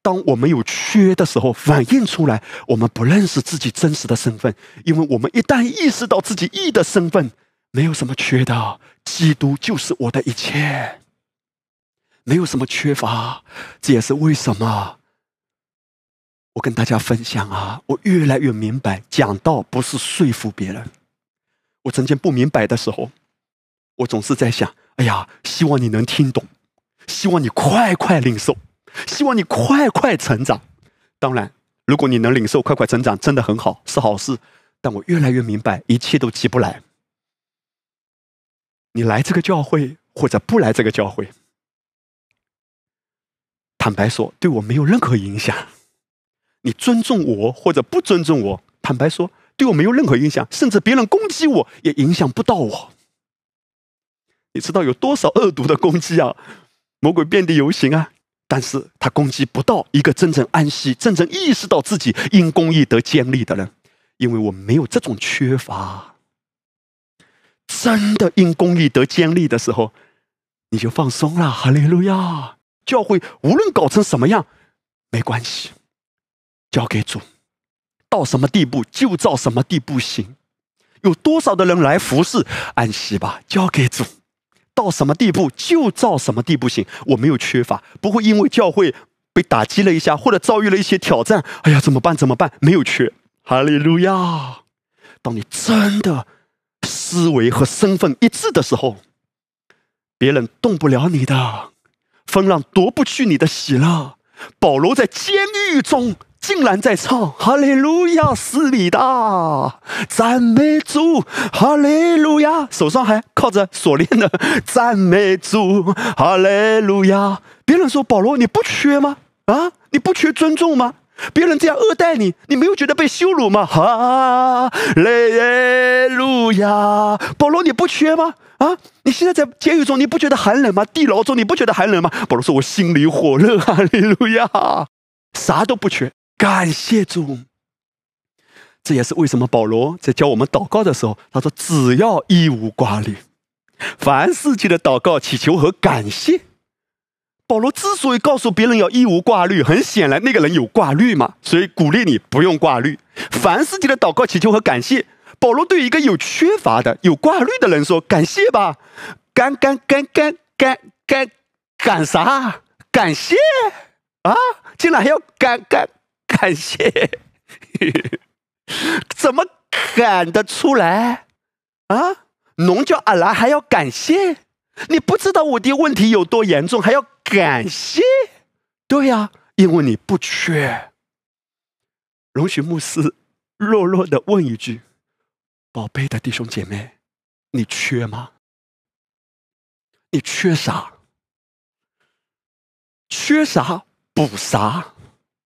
当我们有缺的时候，反映出来我们不认识自己真实的身份。因为我们一旦意识到自己义的身份，没有什么缺的，基督就是我的一切，没有什么缺乏。这也是为什么我跟大家分享啊，我越来越明白，讲道不是说服别人。我曾经不明白的时候，我总是在想，哎呀，希望你能听懂，希望你快快领受，希望你快快成长。当然，如果你能领受快快成长，真的很好，是好事。但我越来越明白，一切都急不来。你来这个教会或者不来这个教会，坦白说，对我没有任何影响。你尊重我或者不尊重我，坦白说，对我没有任何影响，甚至别人攻击我也影响不到我。你知道有多少恶毒的攻击啊？魔鬼遍地游行啊，但是他攻击不到一个真正安息、真正意识到自己因公义得坚立的人，因为我没有这种缺乏。真的因公义得坚立的时候，你就放松了。哈利路亚！教会无论搞成什么样，没关系，交给主，到什么地步就照什么地步行。有多少的人来服侍，安息吧，交给主，到什么地步就照什么地步行。我没有缺乏，不会因为教会被打击了一下，或者遭遇了一些挑战，哎呀，怎么办怎么办？没有缺。哈利路亚！当你真的思维和身份一致的时候，别人动不了你的，风浪夺不去你的喜乐。保罗在监狱中竟然在唱哈利路亚，是你的，赞美主，哈利路亚，手上还靠着锁链的赞美主，哈利路亚。别人说，保罗你不缺吗？啊，你不缺尊重吗？别人这样恶待你，你没有觉得被羞辱吗？哈利路亚，保罗你不缺吗？啊，你现在在监狱中，你不觉得寒冷吗？地牢中，你不觉得寒冷吗？保罗说，我心里火热，哈利路亚，啥都不缺，感谢主。这也是为什么保罗在教我们祷告的时候，他说只要一无挂虑，凡事记得祷告祈求和感谢。保罗之所以告诉别人要一无挂虑，很显然那个人有挂虑嘛，所以鼓励你不用挂虑，凡事记得祷告祈求和感谢。保罗对一个有缺乏的有挂虑的人说，感谢吧，感感感感感感感啥？感谢啊，竟然还要感感感谢怎么感得出来啊？农叫阿拉还要感谢？你不知道我的问题有多严重，还要感谢？对呀、啊，因为你不缺。容许牧师弱弱的问一句，宝贝的弟兄姐妹，你缺吗？你缺啥？缺啥补啥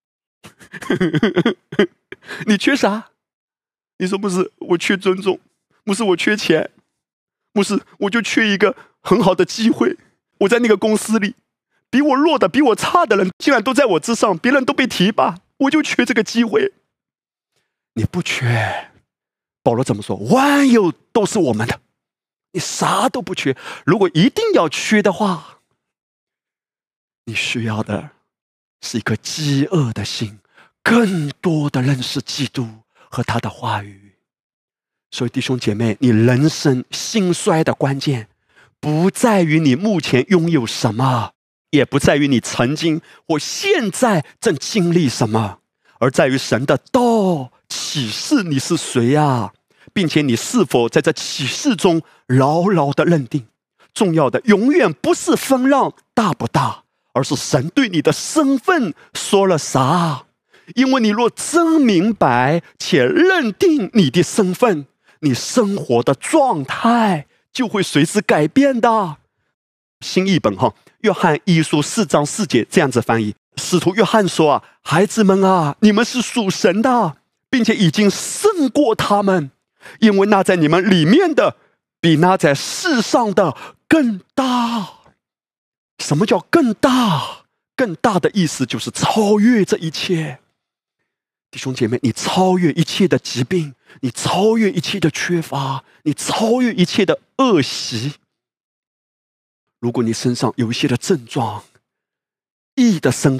你缺啥？你说不是我缺尊重，不是我缺钱，不是我就缺一个很好的机会。我在那个公司里，比我弱的比我差的人竟然都在我之上，别人都被提拔，我就缺这个机会。你不缺。保罗怎么说？万有都是我们的，你啥都不缺。如果一定要缺的话，你需要的是一颗饥饿的心，更多的认识基督和他的话语。所以弟兄姐妹，你人生兴衰的关键不在于你目前拥有什么，也不在于你曾经或现在正经历什么，而在于神的道启示你是谁啊，并且你是否在这启示中牢牢的认定。重要的永远不是风浪大不大，而是神对你的身份说了啥。因为你若真明白且认定你的身份，你生活的状态就会随之改变的。新译本哈，约翰一书四章四节这样子翻译，使徒约翰说啊，孩子们啊，你们是属神的，并且已经胜过他们，因为那在你们里面的比那在世上的更大。什么叫更大？更大的意思就是超越这一切。弟兄姐妹，你超越一切的疾病，你超越一切的缺乏，你超越一切的恶习。如果你身上有一些的症状，义的身份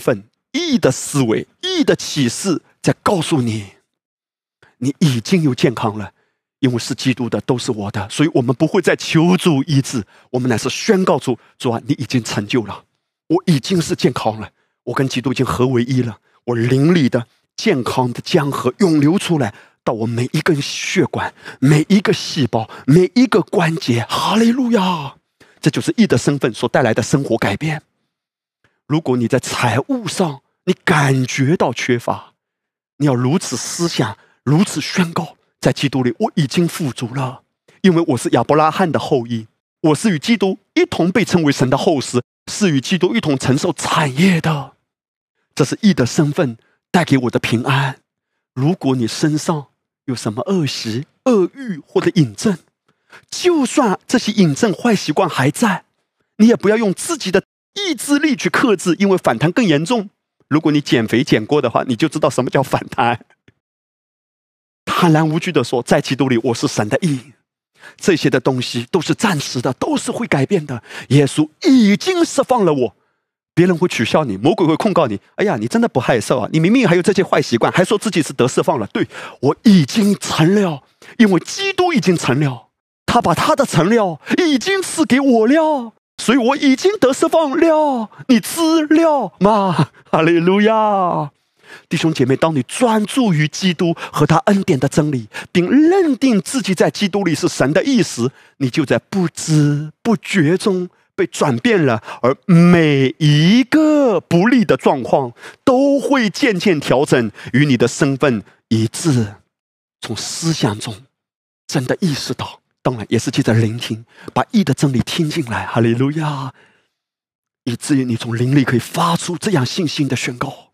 义的思维、义的启示在告诉你，你已经有健康了，因为是基督的都是我的，所以我们不会再求主医治，我们乃是宣告出主啊，你已经成就了，我已经是健康了，我跟基督已经合为一了，我灵里的健康的江河涌流出来，到我每一根血管、每一个细胞、每一个关节。哈利路亚！这就是义的身份所带来的生活改变。如果你在财务上你感觉到缺乏，你要如此思想，如此宣告，在基督里我已经富足了，因为我是亚伯拉罕的后裔，我是与基督一同被称为神的后嗣，是与基督一同承受产业的。这是义的身份带给我的平安。如果你身上有什么恶习、恶欲或者瘾症，就算这些瘾症、坏习惯还在，你也不要用自己的意志力去克制，因为反弹更严重。如果你减肥减过的话，你就知道什么叫反弹。坦然无惧的说，在基督里我是神的义。这些的东西都是暂时的，都是会改变的。耶稣已经释放了我。别人会取笑你，魔鬼会控告你，哎呀，你真的不害臊啊，你明明还有这些坏习惯，还说自己是得释放了。对，我已经成了，因为基督已经成了，他把他的成了已经赐给我了，所以我已经得释放了。你知了吗？哈利路亚！弟兄姐妹，当你专注于基督和他恩典的真理，并认定自己在基督里是神的义时，你就在不知不觉中被转变了，而每一个不利的状况都会渐渐调整，与你的身份一致。从思想中真的意识到，当然也是记得聆听，把义的真理听进来。哈利路亚！以至于你从灵里可以发出这样信心的宣告：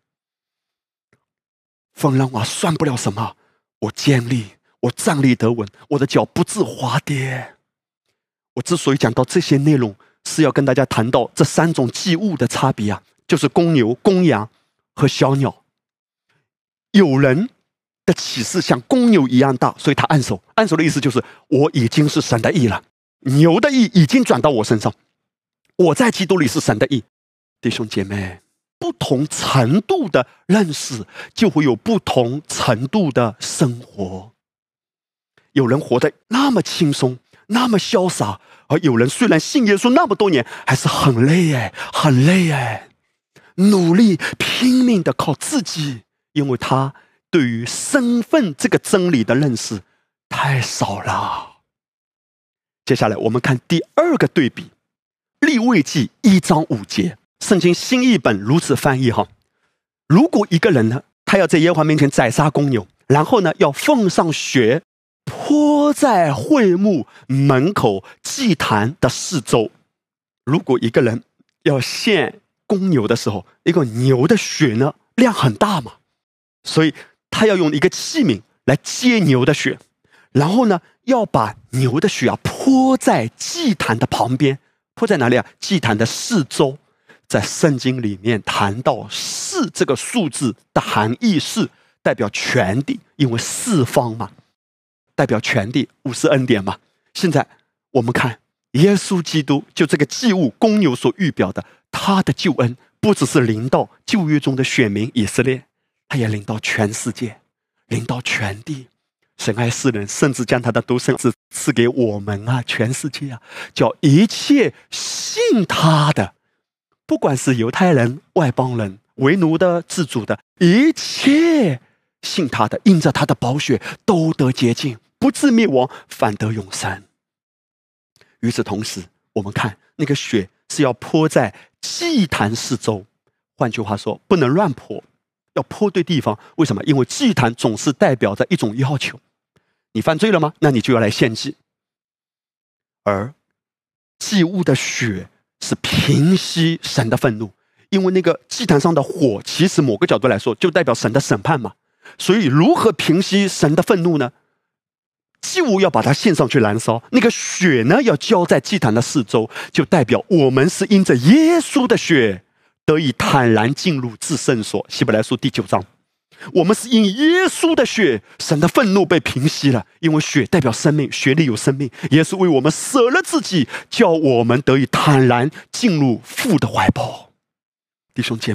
风浪啊，算不了什么，我坚立，我站立得稳，我的脚不致滑跌。我之所以讲到这些内容，是要跟大家谈到这三种祭物的差别啊，就是公牛、公羊和小鸟。有人的启示像公牛一样大，所以他按手。按手的意思就是我已经是神的义了，牛的义已经转到我身上，我在基督里是神的义。弟兄姐妹，不同程度的认识就会有不同程度的生活。有人活得那么轻松，那么潇洒，而有人虽然信耶稣那么多年，还是很累哎，很累哎，努力拼命的靠自己，因为他对于身份这个真理的认识太少了。接下来我们看第二个对比，利未记一章五节，圣经新译本如此翻译哈：如果一个人呢，他要在耶和华面前宰杀公牛，然后呢要奉上血，泼在会幕门口祭坛的四周。如果一个人要献公牛的时候，一个牛的血呢量很大嘛，所以他要用一个器皿来接牛的血，然后呢要把牛的血啊泼在祭坛的旁边。泼在哪里啊？祭坛的四周。在圣经里面谈到四这个数字的含义是代表全地，因为四方嘛，代表全地，五十恩典嘛。现在我们看耶稣基督就这个祭物公牛所预表的，他的救恩不只是临到旧约中的选民以色列，他也临到全世界，临到全地。神爱世人，甚至将他的独生子赐给我们啊，全世界啊，叫一切信他的，不管是犹太人、外邦人、为奴的、自主的，一切信他的，因着他的宝血都得洁净，不致灭亡，反得永生。与此同时，我们看那个血是要泼在祭坛四周，换句话说，不能乱泼，要泼对地方。为什么？因为祭坛总是代表着一种要求，你犯罪了吗？那你就要来献祭。而祭物的血是平息神的愤怒，因为那个祭坛上的火，其实某个角度来说就代表神的审判嘛。所以如何平息神的愤怒呢？祭物要把它献上去燃烧，那个血呢要浇在祭坛的四周，就代表我们是因着耶稣的血得以坦然进入至圣所。希伯来书第九章，我们是因耶稣的血，神的愤怒被平息了，因为血代表生命，血里有生命，耶稣为我们舍了自己，叫我们得以坦然进入父的怀抱。弟兄姐妹，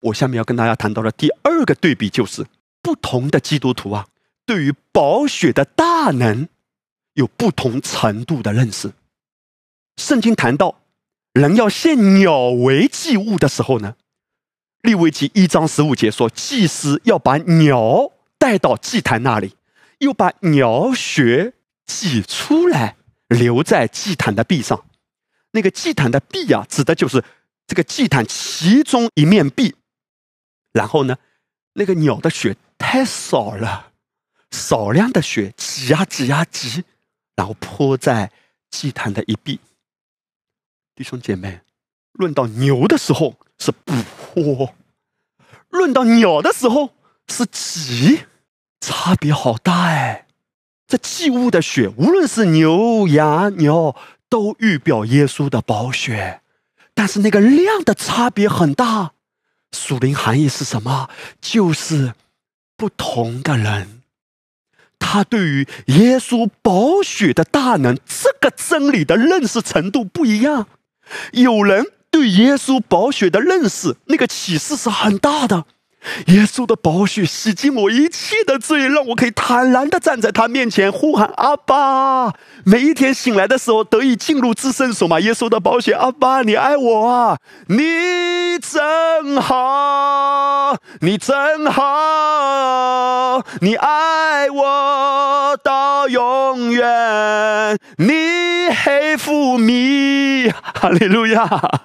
我下面要跟大家谈到的第二个对比，就是不同的基督徒啊，对于宝血的大能有不同程度的认识。圣经谈到人要献鸟为祭物的时候呢，利未记一章十五节说，祭司要把鸟带到祭坛那里，又把鸟血挤出来，留在祭坛的壁上。那个祭坛的壁啊，指的就是这个祭坛其中一面壁。然后呢，那个鸟的血太少了，少量的血挤呀挤呀挤，然后泼在祭坛的一壁。弟兄姐妹，论到牛的时候是不泼，论到鸟的时候是挤，差别好大哎！这祭物的血，无论是牛、羊、鸟，都预表耶稣的宝血，但是那个量的差别很大。属灵含义是什么？就是不同的人，他对于耶稣宝血的大能这个真理的认识程度不一样。有人对耶稣宝血的认识，那个启示是很大的。耶稣的宝血洗净我一切的罪，让我可以坦然地站在他面前呼喊阿爸。每一天醒来的时候得以进入至圣所嘛，耶稣的宝血，阿爸你爱我啊，你真好，你真好，你爱我到永远，你黑父米，哈利路亚。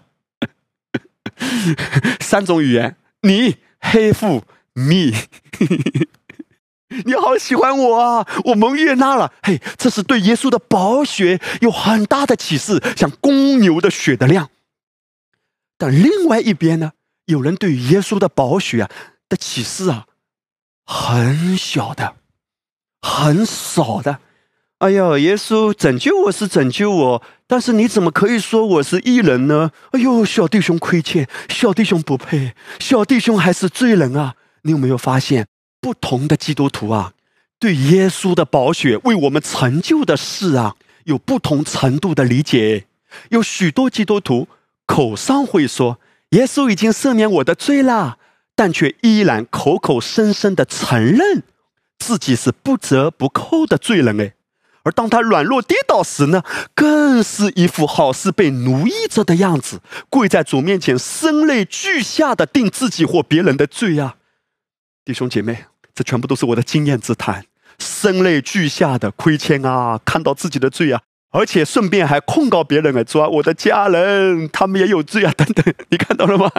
三种语言，你黑父密，你好喜欢我啊！我蒙悦纳了。嘿，这是对耶稣的宝血有很大的启示，像公牛的血的量。但另外一边呢，有人对于耶稣的宝血啊的启示啊，很小的，很少的。哎呦，耶稣拯救我是拯救我，但是你怎么可以说我是义人呢？哎呦，小弟兄亏欠，小弟兄不配，小弟兄还是罪人啊！你有没有发现，不同的基督徒啊，对耶稣的宝血为我们成就的事啊，有不同程度的理解。有许多基督徒口上会说耶稣已经赦免我的罪了，但却依然口口声声的承认自己是不折不扣的罪人哎。而当他软弱跌倒时呢，更是一副好似被奴役着的样子，跪在主面前，声泪俱下的定自己或别人的罪啊！弟兄姐妹，这全部都是我的经验之谈，声泪俱下的亏欠啊，看到自己的罪啊，而且顺便还控告别人啊，说我的家人他们也有罪啊，等等，你看到了吗？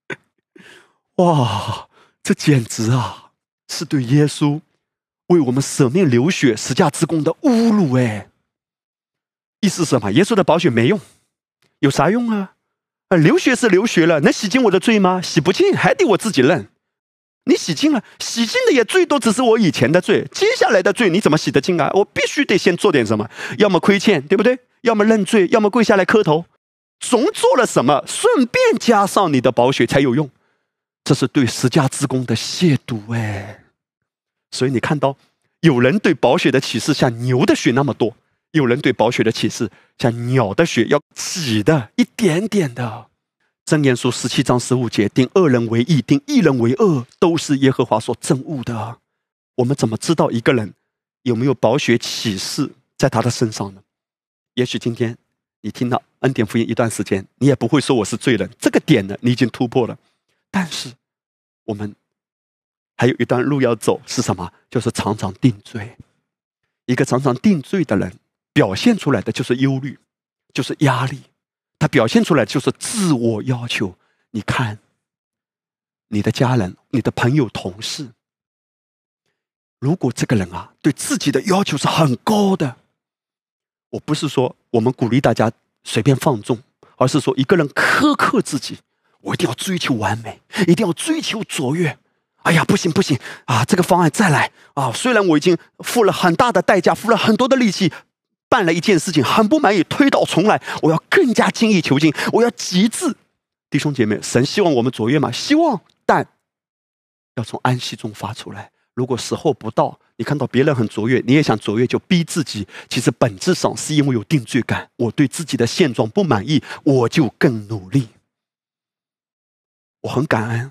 哇，这简直啊，是对耶稣为我们舍命流血十架之功的侮辱哎！意思是什么？耶稣的宝血没用，有啥用啊？啊，流血是流血了，能洗净我的罪吗？洗不净，还得我自己认。你洗净了，洗净的也最多只是我以前的罪，接下来的罪你怎么洗得净啊？我必须得先做点什么，要么亏欠，对不对？要么认罪，要么跪下来磕头，总做了什么，顺便加上你的宝血才有用。这是对十架之功的亵渎哎！所以你看到，有人对宝血的启示像牛的血那么多，有人对宝血的启示像鸟的血要挤的一点点的。箴言书十七章十五节，定恶人为义，定义人为恶，都是耶和华所憎恶的。我们怎么知道一个人有没有宝血启示在他的身上呢？也许今天你听到恩典福音一段时间，你也不会说我是罪人，这个点呢，你已经突破了。但是我们还有一段路要走，是什么？就是常常定罪。一个常常定罪的人，表现出来的就是忧虑，就是压力，他表现出来就是自我要求。你看，你的家人、你的朋友、同事，如果这个人啊，对自己的要求是很高的，我不是说我们鼓励大家随便放纵，而是说一个人苛刻自己，我一定要追求完美，一定要追求卓越。哎呀，不行不行啊！这个方案再来啊！虽然我已经付了很大的代价，付了很多的力气，办了一件事情，很不满意，推倒重来，我要更加精益求精，我要极致。弟兄姐妹，神希望我们卓越吗？希望，但要从安息中发出来。如果时候不到，你看到别人很卓越，你也想卓越，就逼自己，其实本质上是因为有定罪感，我对自己的现状不满意，我就更努力。我很感恩，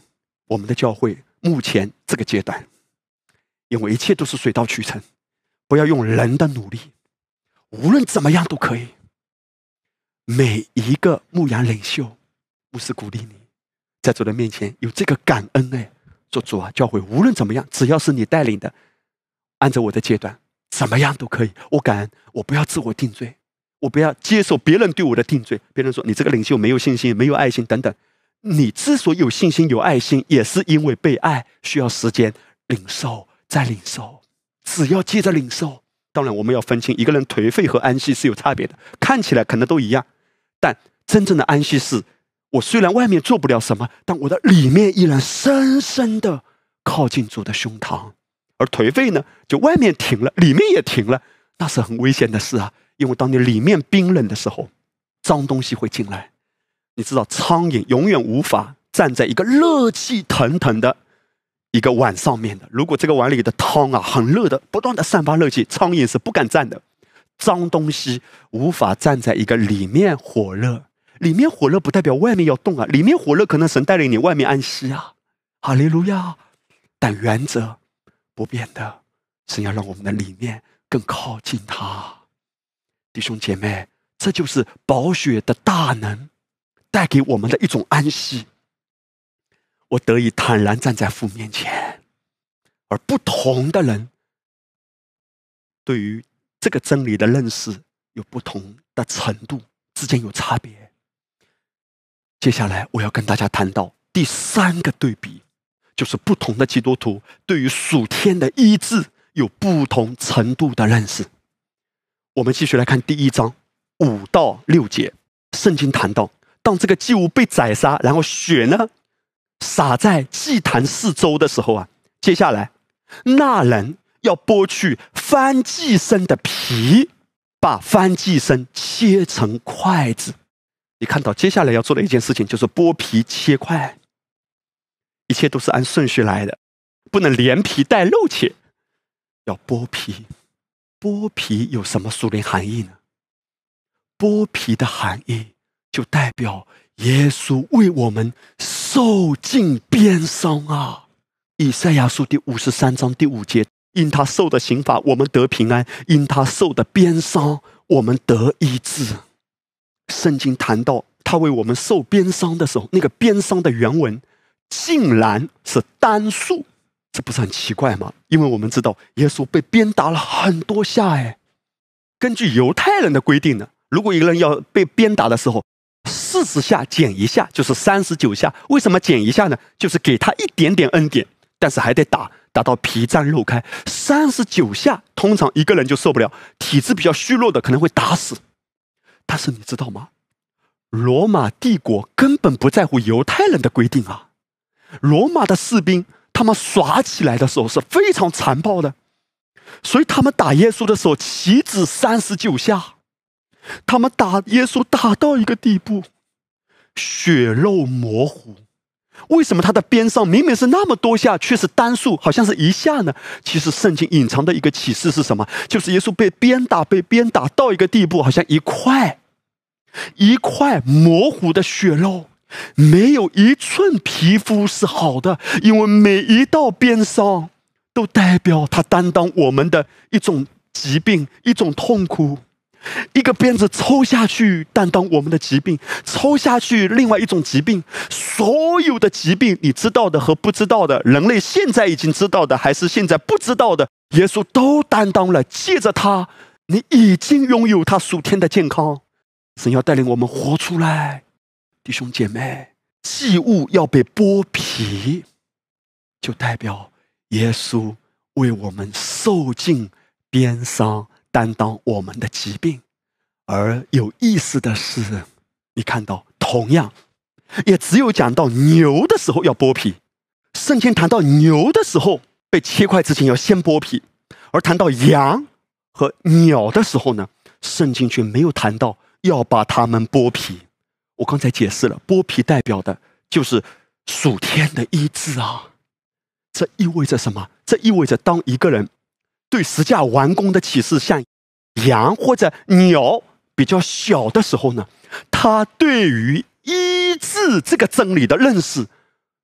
我们的教会目前这个阶段，因为一切都是水到渠成，不要用人的努力，无论怎么样都可以。每一个牧羊领袖，牧师鼓励你，在主的面前有这个感恩，哎，说主啊，教会无论怎么样，只要是你带领的，按照我的阶段，怎么样都可以。我感恩，我不要自我定罪，我不要接受别人对我的定罪。别人说你这个领袖没有信心，没有爱心等等。你之所以有信心有爱心，也是因为被爱，需要时间领受再领受。只要接着领受，当然我们要分清一个人颓废和安息是有差别的，看起来可能都一样，但真正的安息是，我虽然外面做不了什么，但我的里面依然深深的靠近主的胸膛。而颓废呢，就外面停了，里面也停了，那是很危险的事啊！因为当你里面冰冷的时候，脏东西会进来。你知道，苍蝇永远无法站在一个热气腾腾的一个碗上面的。如果这个碗里的汤啊很热的，不断的散发热气，苍蝇是不敢站的。脏东西无法站在一个里面火热，里面火热不代表外面要动啊，里面火热可能神带领你，外面安息啊，哈利路亚。但原则不变的，神要让我们的里面更靠近他。弟兄姐妹，这就是宝血的大能带给我们的一种安息。我得以坦然站在父面前，而不同的人对于这个真理的认识有不同的程度，之间有差别。接下来我要跟大家谈到第三个对比，就是不同的基督徒对于属天的医治有不同程度的认识。我们继续来看第一章五到六节，圣经谈到，当这个祭物被宰杀，然后血呢洒在祭坛四周的时候啊，接下来那人要剥去燔祭牲的皮，把燔祭牲切成筷子。你看到接下来要做的一件事情就是剥皮切块，一切都是按顺序来的，不能连皮带肉切，要剥皮。剥皮有什么属灵含义呢？剥皮的含义就代表耶稣为我们受尽鞭伤啊！以赛亚书第五十三章第五节，因他受的刑罚，我们得平安；因他受的鞭伤，我们得医治。圣经谈到他为我们受鞭伤的时候，那个鞭伤的原文竟然是单数，这不是很奇怪吗？因为我们知道耶稣被鞭打了很多下，哎，根据犹太人的规定呢，如果一个人要被鞭打的时候，四十下减一下就是三十九下。为什么减一下呢？就是给他一点点恩典，但是还得打，打到皮绽肉开。三十九下通常一个人就受不了，体质比较虚弱的可能会打死。但是你知道吗？罗马帝国根本不在乎犹太人的规定啊！罗马的士兵他们耍起来的时候是非常残暴的，所以他们打耶稣的时候岂止三十九下，他们打耶稣打到一个地步，血肉模糊。为什么他的鞭伤明明是那么多下，却是单数，好像是一下呢？其实圣经隐藏的一个启示是什么？就是耶稣被鞭打，被鞭打到一个地步，好像一块一块模糊的血肉，没有一寸皮肤是好的，因为每一道鞭伤都代表他担当我们的一种疾病，一种痛苦。一个鞭子抽下去，担当我们的疾病，抽下去另外一种疾病，所有的疾病你知道的和不知道的，人类现在已经知道的还是现在不知道的，耶稣都担当了。借着他，你已经拥有他属天的健康。神要带领我们活出来。弟兄姐妹，祭物要被剥皮，就代表耶稣为我们受尽鞭伤，担当我们的疾病。而有意思的是，你看到同样也只有讲到牛的时候要剥皮，圣经谈到牛的时候被切块之前要先剥皮，而谈到羊和鸟的时候呢，圣经却没有谈到要把它们剥皮。我刚才解释了，剥皮代表的就是属天的医治啊。这意味着什么？这意味着当一个人对十架完工的启示像羊或者鸟比较小的时候呢，他对于医治这个真理的认识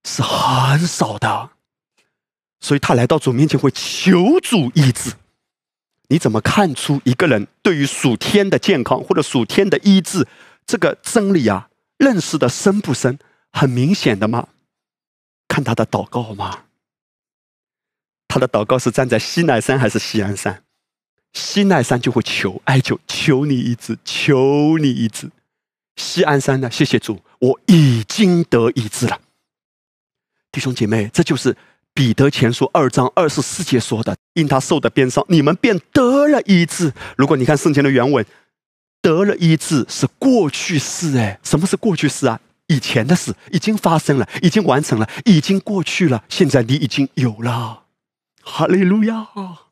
是很少的，所以他来到主面前会求主医治。你怎么看出一个人对于属天的健康或者属天的医治这个真理啊，认识的深不深？很明显的嘛，看他的祷告嘛。他的祷告是站在西奈山还是锡安山？西奈山就会求哀求，求你医治，求你医治。锡安山呢，谢谢主，我已经得医治了。弟兄姐妹，这就是彼得前书二章二十四节说的，因他受的鞭伤，你们便得了医治。如果你看圣经的原文，得了医治是过去式。哎，什么是过去式啊？以前的事已经发生了，已经完成了，已经过去了，现在你已经有了。哈利路亚！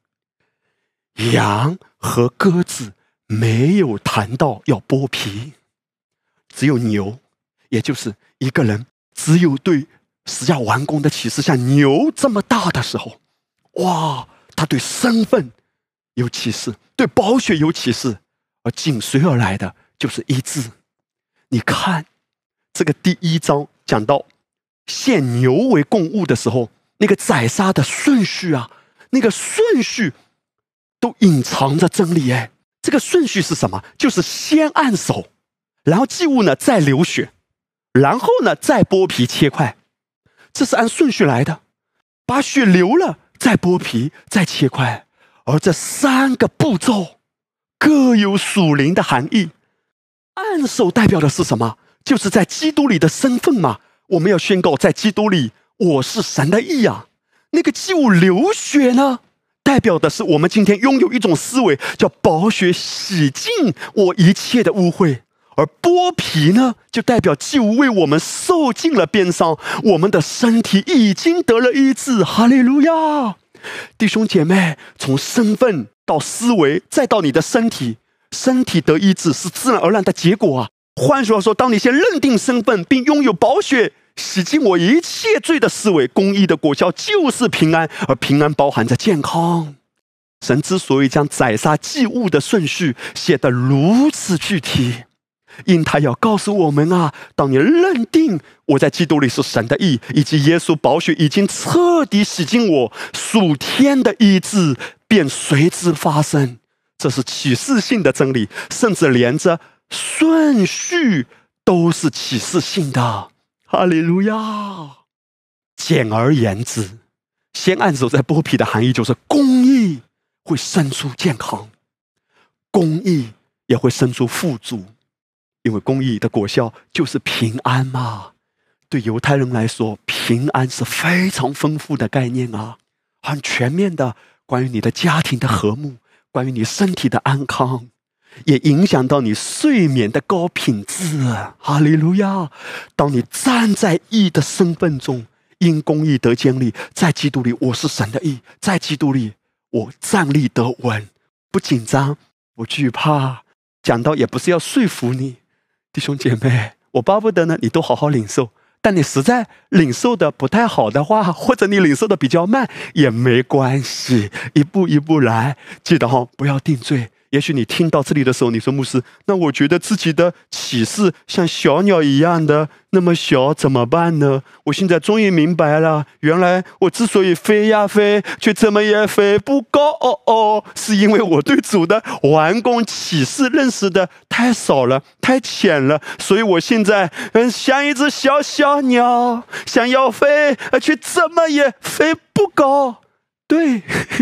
羊和鸽子没有谈到要剥皮，只有牛，也就是一个人只有对十架完工的启示像牛这么大的时候，哇，他对身份有启示，对宝血有启示，而紧随而来的就是医治。你看这个第一章讲到献牛为供物的时候，那个宰杀的顺序啊，那个顺序都隐藏着真理。哎，这个顺序是什么？就是先按手，然后祭物呢再流血，然后呢再剥皮切块，这是按顺序来的。把血流了，再剥皮，再切块。而这三个步骤各有属灵的含义。按手代表的是什么？就是在基督里的身份嘛。我们要宣告，在基督里我是神的义啊。那个祭物流血呢，代表的是我们今天拥有一种思维，叫宝血洗净我一切的污秽。而剥皮呢，就代表祭物为我们受尽了鞭伤，我们的身体已经得了医治。哈利路亚！弟兄姐妹，从身份到思维，再到你的身体，身体得医治是自然而然的结果啊。换句话说，当你先认定身份，并拥有宝血洗净我一切罪的思维，公义的果效就是平安，而平安包含着健康。神之所以将宰杀祭物的顺序写得如此具体，因他要告诉我们啊，当你认定我在基督里是神的义，以及耶稣宝血已经彻底洗净我，属天的医治便随之发生。这是启示性的真理，甚至连着顺序都是启示性的。哈利路亚！简而言之，先按手再剥皮的含义就是公义会生出健康，公义也会生出富足，因为公义的果效就是平安嘛。对犹太人来说，平安是非常丰富的概念啊，很全面的，关于你的家庭的和睦，关于你身体的安康，也影响到你睡眠的高品质。哈利路亚！当你站在义的身份中，因公义得建立，在基督里我是神的义，在基督里我站立得稳，不紧张，不惧怕。讲到也不是要说服你，弟兄姐妹，我巴不得呢你都好好领受，但你实在领受的不太好的话，或者你领受的比较慢也没关系，一步一步来。记得哈，不要定罪。也许你听到这里的时候，你说牧师，那我觉得自己的启示像小鸟一样的那么小，怎么办呢？我现在终于明白了，原来我之所以飞呀飞，却怎么也飞不高哦哦，是因为我对主的完工启示认识的太少了，太浅了，所以我现在嗯像一只小小鸟，想要飞，却怎么也飞不高。对，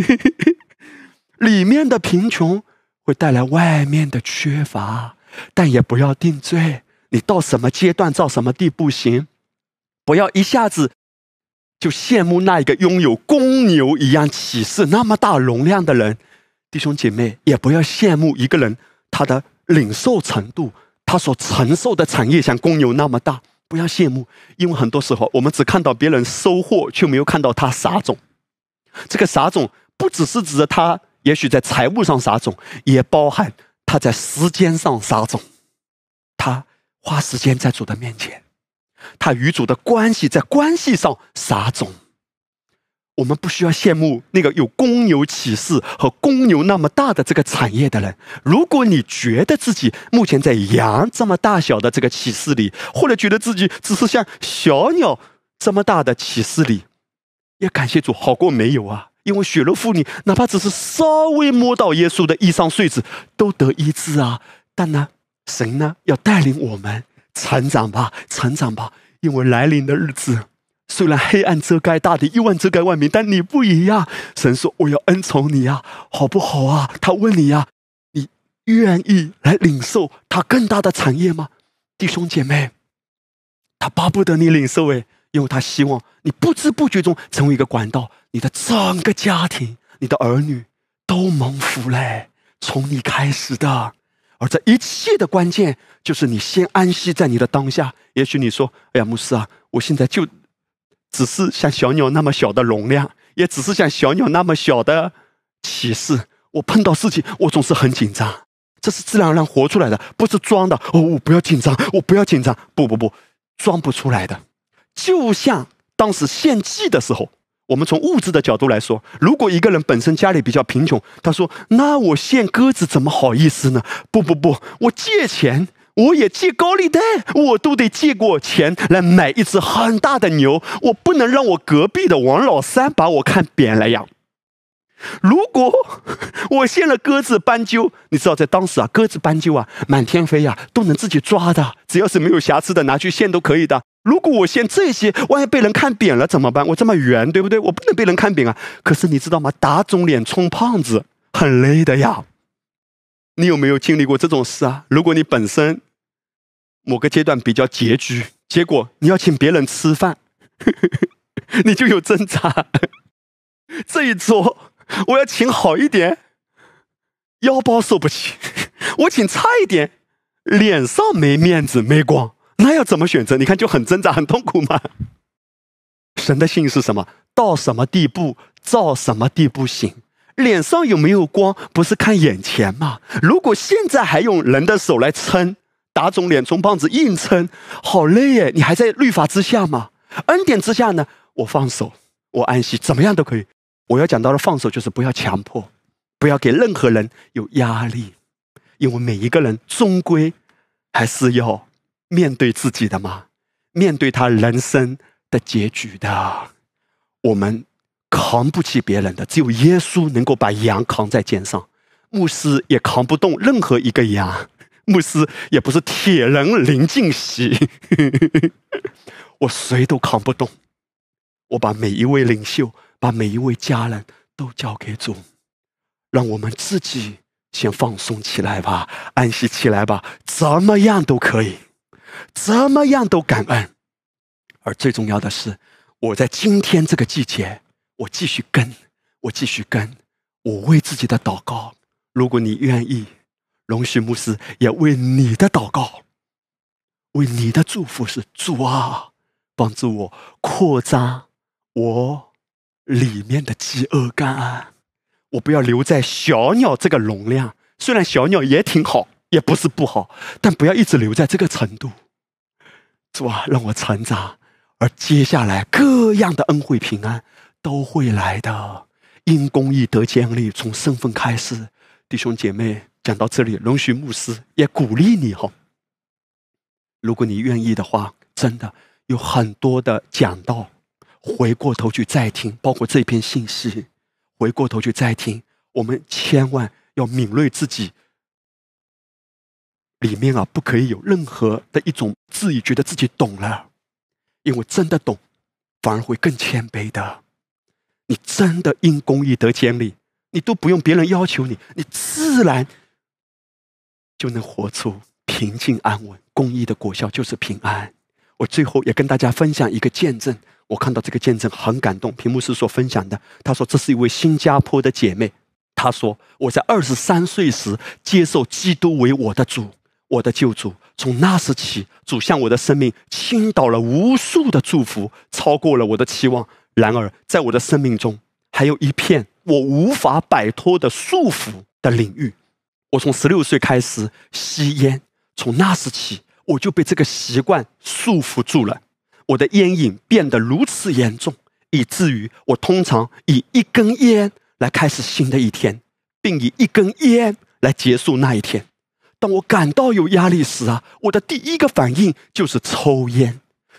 里面的贫穷会带来外面的缺乏，但也不要定罪。你到什么阶段到什么地步行，不要一下子就羡慕那一个拥有公牛一样启示那么大容量的人。弟兄姐妹，也不要羡慕一个人他的领受程度，他所承受的产业像公牛那么大，不要羡慕。因为很多时候我们只看到别人收获，却没有看到他撒种。这个撒种不只是指着他也许在财务上撒种，也包含他在时间上撒种。他花时间在主的面前，他与主的关系在关系上撒种。我们不需要羡慕那个有公牛启示和公牛那么大的这个产业的人。如果你觉得自己目前在羊这么大小的这个启示里，或者觉得自己只是像小鸟这么大的启示里，也感谢主，好过没有啊！因为血肉妇女哪怕只是稍微摸到耶稣的衣裳穗子，都得医治啊。但呢，神呢要带领我们成长吧，成长吧。因为来临的日子，虽然黑暗遮盖大地，幽暗遮盖万民，但你不一样。神说：“我要恩宠你啊，好不好啊？”他问你啊，你愿意来领受他更大的产业吗？弟兄姐妹，他巴不得你领受诶，因为他希望你不知不觉中成为一个管道，你的整个家庭、你的儿女都蒙福嘞，从你开始的。而这一切的关键，就是你先安息在你的当下。也许你说：“哎呀，牧师啊，我现在就只是像小鸟那么小的容量，也只是像小鸟那么小的启示。我碰到事情，我总是很紧张。这是自然而然活出来的，不是装的。哦，我不要紧张，我不要紧张。不不不，装不出来的。就像当时献祭的时候。”我们从物质的角度来说，如果一个人本身家里比较贫穷，他说：“那我献鸽子怎么好意思呢？”不不不，我借钱，我也借高利贷，我都得借过钱来买一只很大的牛，我不能让我隔壁的王老三把我看扁了呀。如果我献了鸽子斑鸠，你知道在当时啊，鸽子斑鸠啊满天飞啊，都能自己抓的，只要是没有瑕疵的拿去献都可以的。如果我献这些，万一被人看扁了怎么办？我这么圆，对不对？我不能被人看扁啊。可是你知道吗？打肿脸充胖子很累的呀。你有没有经历过这种事啊？如果你本身某个阶段比较拮据，结果你要请别人吃饭，你就有挣扎。这一桌我要请好一点，腰包受不起；我请差一点，脸上没面子没光。那要怎么选择？你看就很挣扎很痛苦嘛。神的心是什么？到什么地步照什么地步行。脸上有没有光不是看眼前吗？如果现在还用人的手来撑，打肿脸充胖子硬撑，好累耶。你还在律法之下吗？恩典之下呢？我放手，我安息，怎么样都可以。我要讲到的放手就是不要强迫，不要给任何人有压力，因为每一个人终归还是要面对自己的嘛，面对他人生的结局的。我们扛不起别人的，只有耶稣能够把羊扛在肩上。牧师也扛不动任何一个羊，牧师也不是铁人林进喜，我谁都扛不动。我把每一位领袖，把每一位家人都交给主，让我们自己先放松起来吧，安息起来吧，怎么样都可以，怎么样都感恩。而最重要的是，我在今天这个季节，我继续跟，我继续跟，我为自己的祷告。如果你愿意，容许牧师也为你的祷告，为你的祝福是：主啊，帮助我扩张我里面的饥饿感，我不要留在小鸟这个容量。虽然小鸟也挺好，也不是不好，但不要一直留在这个程度。主啊，让我成长，而接下来各样的恩惠平安都会来的。因公义得建立，从身份开始。弟兄姐妹，讲到这里，容许牧师也鼓励你哈。如果你愿意的话，真的有很多的讲道，回过头去再听，包括这篇信息，回过头去再听。我们千万要敏锐自己里面啊，不可以有任何的一种自己觉得自己懂了，因为真的懂反而会更谦卑的。你真的因公义得建立，你都不用别人要求你，你自然就能活出平静安稳。公义的果效就是平安。我最后也跟大家分享一个见证，我看到这个见证很感动。屏幕是所分享的，他说这是一位新加坡的姐妹，她说我在二十三岁时接受基督为我的主，我的救主。从那时起，主向我的生命倾倒了无数的祝福，超过了我的期望。然而在我的生命中还有一片我无法摆脱的束缚的领域。我从十六岁开始吸烟，从那时起我就被这个习惯束缚住了。我的烟瘾变得如此严重，以至于我通常以一根烟来开始新的一天，并以一根烟来结束那一天。当我感到有压力时啊，我的第一个反应就是抽烟。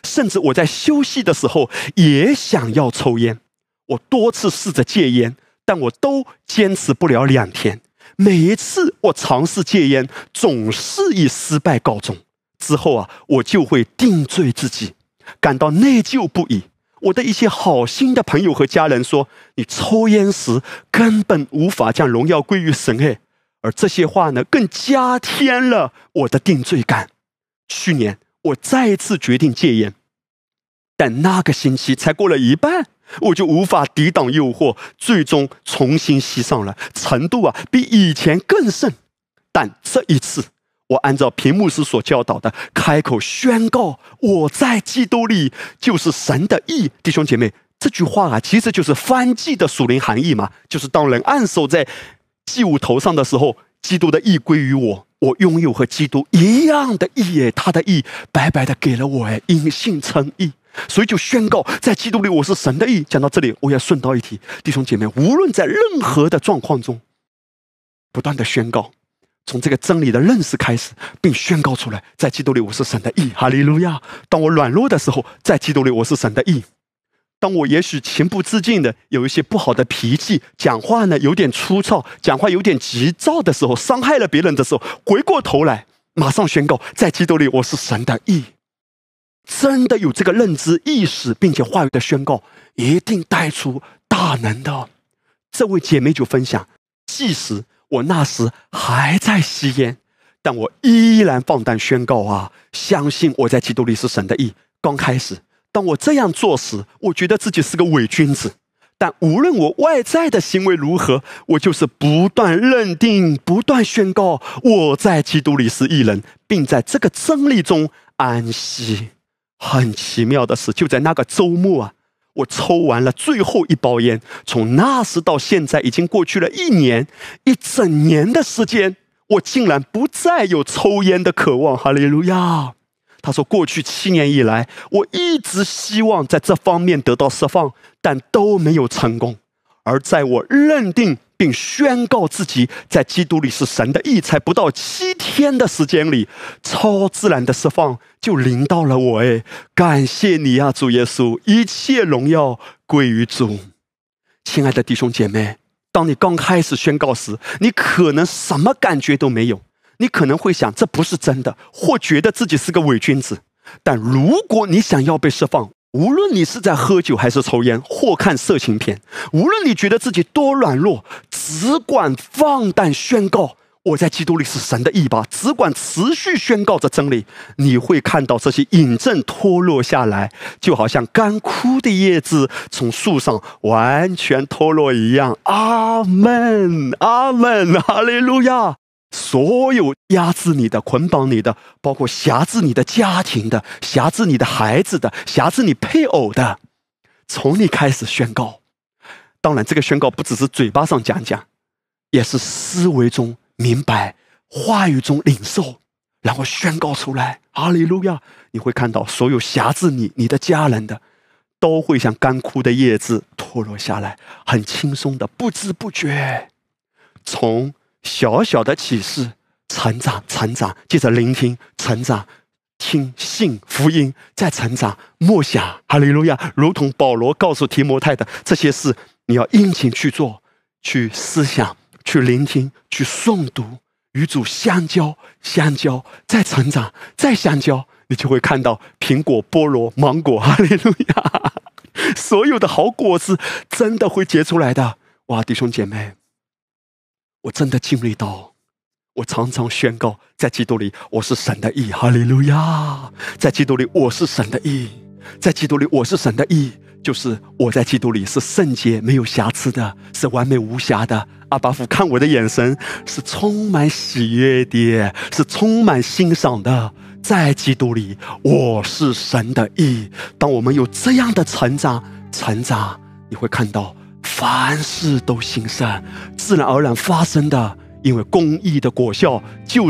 甚至我在休息的时候也想要抽烟。我多次试着戒烟，但我都坚持不了两天。每一次我尝试戒烟，总是以失败告终。之后啊，我就会定罪自己，感到内疚不已。我的一些好心的朋友和家人说：“你抽烟时根本无法将荣耀归于神。”哎，而这些话呢，更加添了我的定罪感。去年我再一次决定戒烟，但那个星期才过了一半，我就无法抵挡诱惑，最终重新吸上了，程度啊比以前更甚。但这一次，我按照平牧师所教导的，开口宣告我在基督里就是神的义。弟兄姐妹，这句话啊，其实就是燔祭的属灵含义嘛，就是当人按手在祭物头上的时候，基督的义归于我，我拥有和基督一样的义耶，他的义白白的给了我耶，因信称义。所以就宣告在基督里我是神的义。讲到这里，我要顺道一提，弟兄姐妹，无论在任何的状况中，不断的宣告，从这个真理的认识开始，并宣告出来，在基督里我是神的义。哈利路亚！当我软弱的时候，在基督里我是神的义。当我也许情不自禁的有一些不好的脾气，讲话呢有点粗糙，讲话有点急躁的时候，伤害了别人的时候，回过头来马上宣告，在基督里我是神的义。真的有这个认知意识，并且话语的宣告，一定带出大能的。这位姐妹就分享，即使我那时还在吸烟，但我依然放胆宣告啊，相信我在基督里是神的义。刚开始当我这样做时，我觉得自己是个伪君子，但无论我外在的行为如何，我就是不断认定，不断宣告我在基督里是义人，并在这个真理中安息。很奇妙的是，就在那个周末啊，我抽完了最后一包烟。从那时到现在已经过去了一年，一整年的时间，我竟然不再有抽烟的渴望。哈利路亚！他说，过去七年以来，我一直希望在这方面得到释放，但都没有成功。而在我认定并宣告自己在基督里是神的义才不到七天的时间里，超自然的释放就临到了我。哎，感谢你啊，主耶稣，一切荣耀归于主。亲爱的弟兄姐妹，当你刚开始宣告时，你可能什么感觉都没有，你可能会想这不是真的，或觉得自己是个伪君子。但如果你想要被释放，无论你是在喝酒还是抽烟或看色情片，无论你觉得自己多软弱，只管放胆宣告我在基督里是神的义吧，只管持续宣告着真理，你会看到这些引证脱落下来，就好像干枯的叶子从树上完全脱落一样。阿们，阿们，哈利路亚！所有压制你的、捆绑你的，包括辖制你的家庭的、辖制你的孩子的、辖制你配偶的，从你开始宣告。当然这个宣告不只是嘴巴上讲讲，也是思维中明白，话语中领受，然后宣告出来。哈利路亚！你会看到所有辖制你、你的家人的，都会像干枯的叶子脱落下来，很轻松的，不知不觉从小小的启示，成长，成长，接着聆听，成长，听信福音，再成长，默想。哈利路亚！如同保罗告诉提摩太的，这些事你要殷勤去做，去思想，去聆听，去诵读，与主相交，相交，再成长，再相交，你就会看到苹果、菠萝、芒果。哈利路亚！所有的好果子真的会结出来的。哇，弟兄姐妹，我真的经历到，我常常宣告，在基督里我是神的义。哈利路亚！在基督里我是神的义，在基督里我是神的义，就是我在基督里是圣洁没有瑕疵的，是完美无瑕的。阿爸父看我的眼神是充满喜悦的，是充满欣赏的。在基督里我是神的义。当我们有这样的成长成长，你会看到凡事都兴盛，自然而然发生的，因为公义的果效就是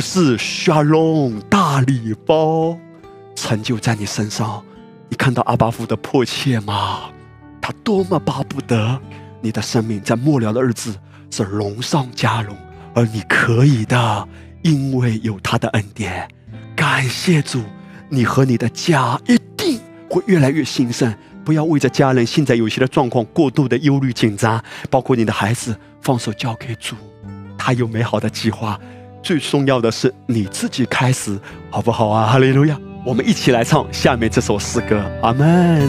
Shalom 大礼包成就在你身上。你看到阿爸父的迫切吗？他多么巴不得你的生命在末了的日子是荣上加荣，而你可以的，因为有他的恩典。感谢主，你和你的家一定会越来越兴盛。不要为着家人现在有些的状况过度的忧虑紧张，包括你的孩子，放手交给主，他有美好的计划。最重要的是你自己开始，好不好啊？哈利路亚！我们一起来唱下面这首诗歌，阿们。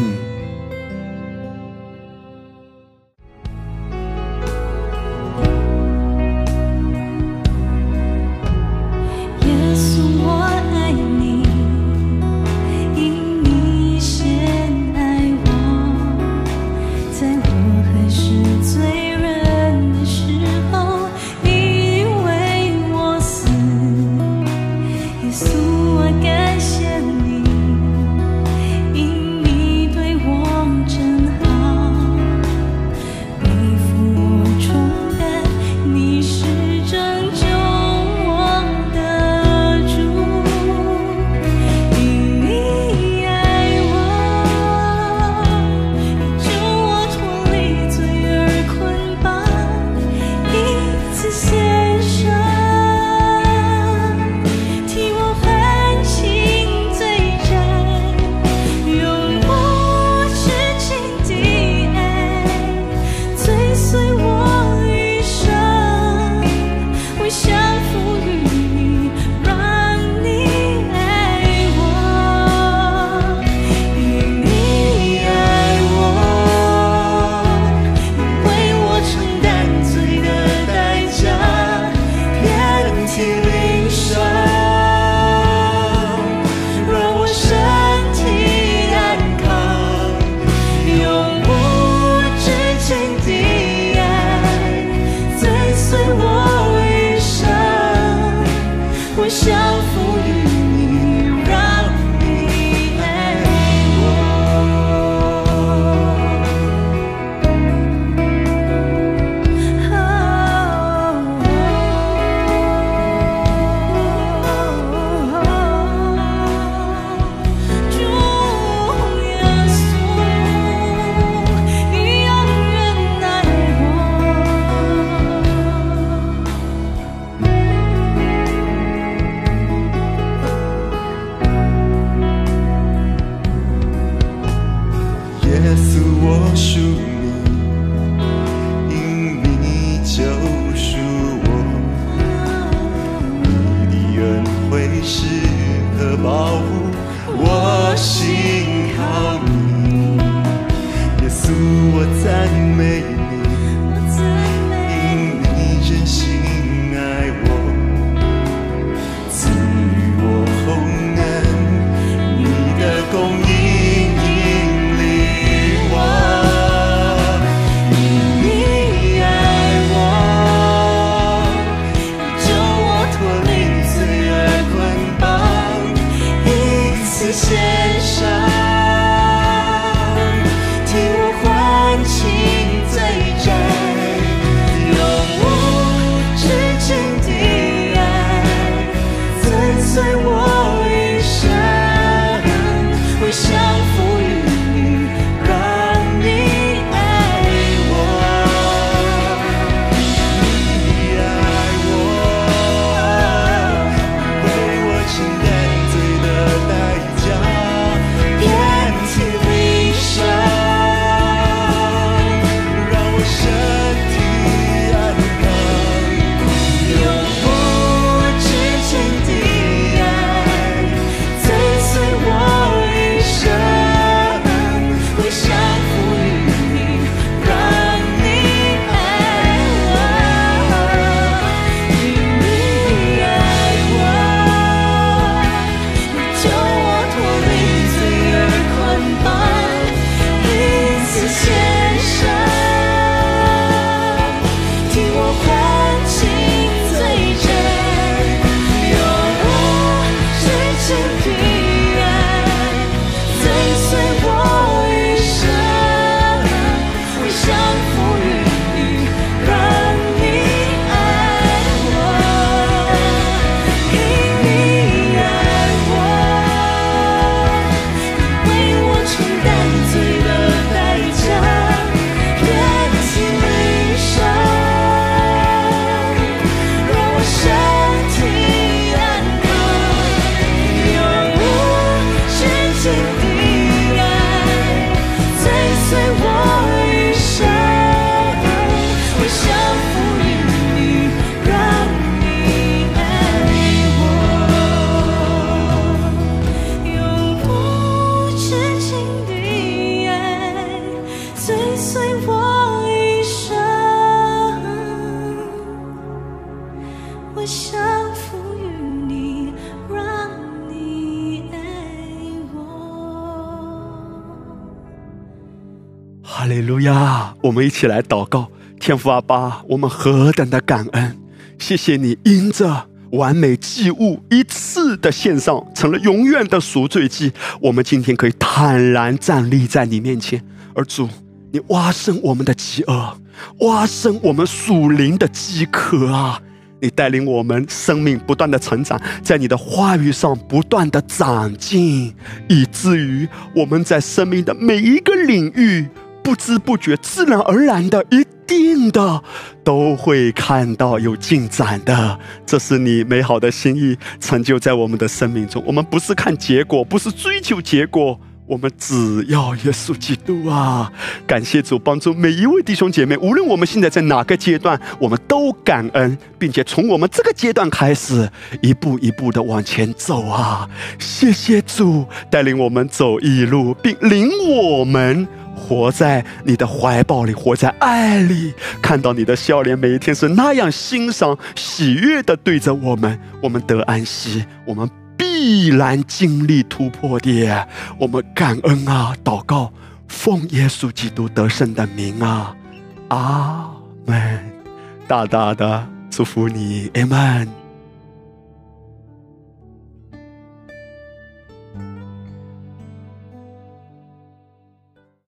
献上，替我唤醒最服于你，让你爱我。 哈利路亚！我们一起来祷告。天父阿爸，我们何等的感恩，谢谢你因着完美祭物一次的献上，成了永远的赎罪祭，我们今天可以坦然站立在你面前。而主，你挖深我们的饥饿，挖深我们属灵的饥渴啊！你带领我们生命不断的成长，在你的话语上不断的长进，以至于我们在生命的每一个领域，不知不觉自然而然的一定的都会看到有进展的。这是你美好的心意成就在我们的生命中。我们不是看结果，不是追求结果，我们只要耶稣基督啊！感谢主帮助每一位弟兄姐妹，无论我们现在在哪个阶段，我们都感恩，并且从我们这个阶段开始，一步一步的往前走啊！谢谢主带领我们走义路，并领我们活在你的怀抱里，活在爱里，看到你的笑脸，每一天是那样欣赏喜悦的对着我们，我们得安息，我们必然经历突破的。我们感恩啊，祷告奉耶稣基督得胜的名啊，阿们。大大的祝福你，阿们。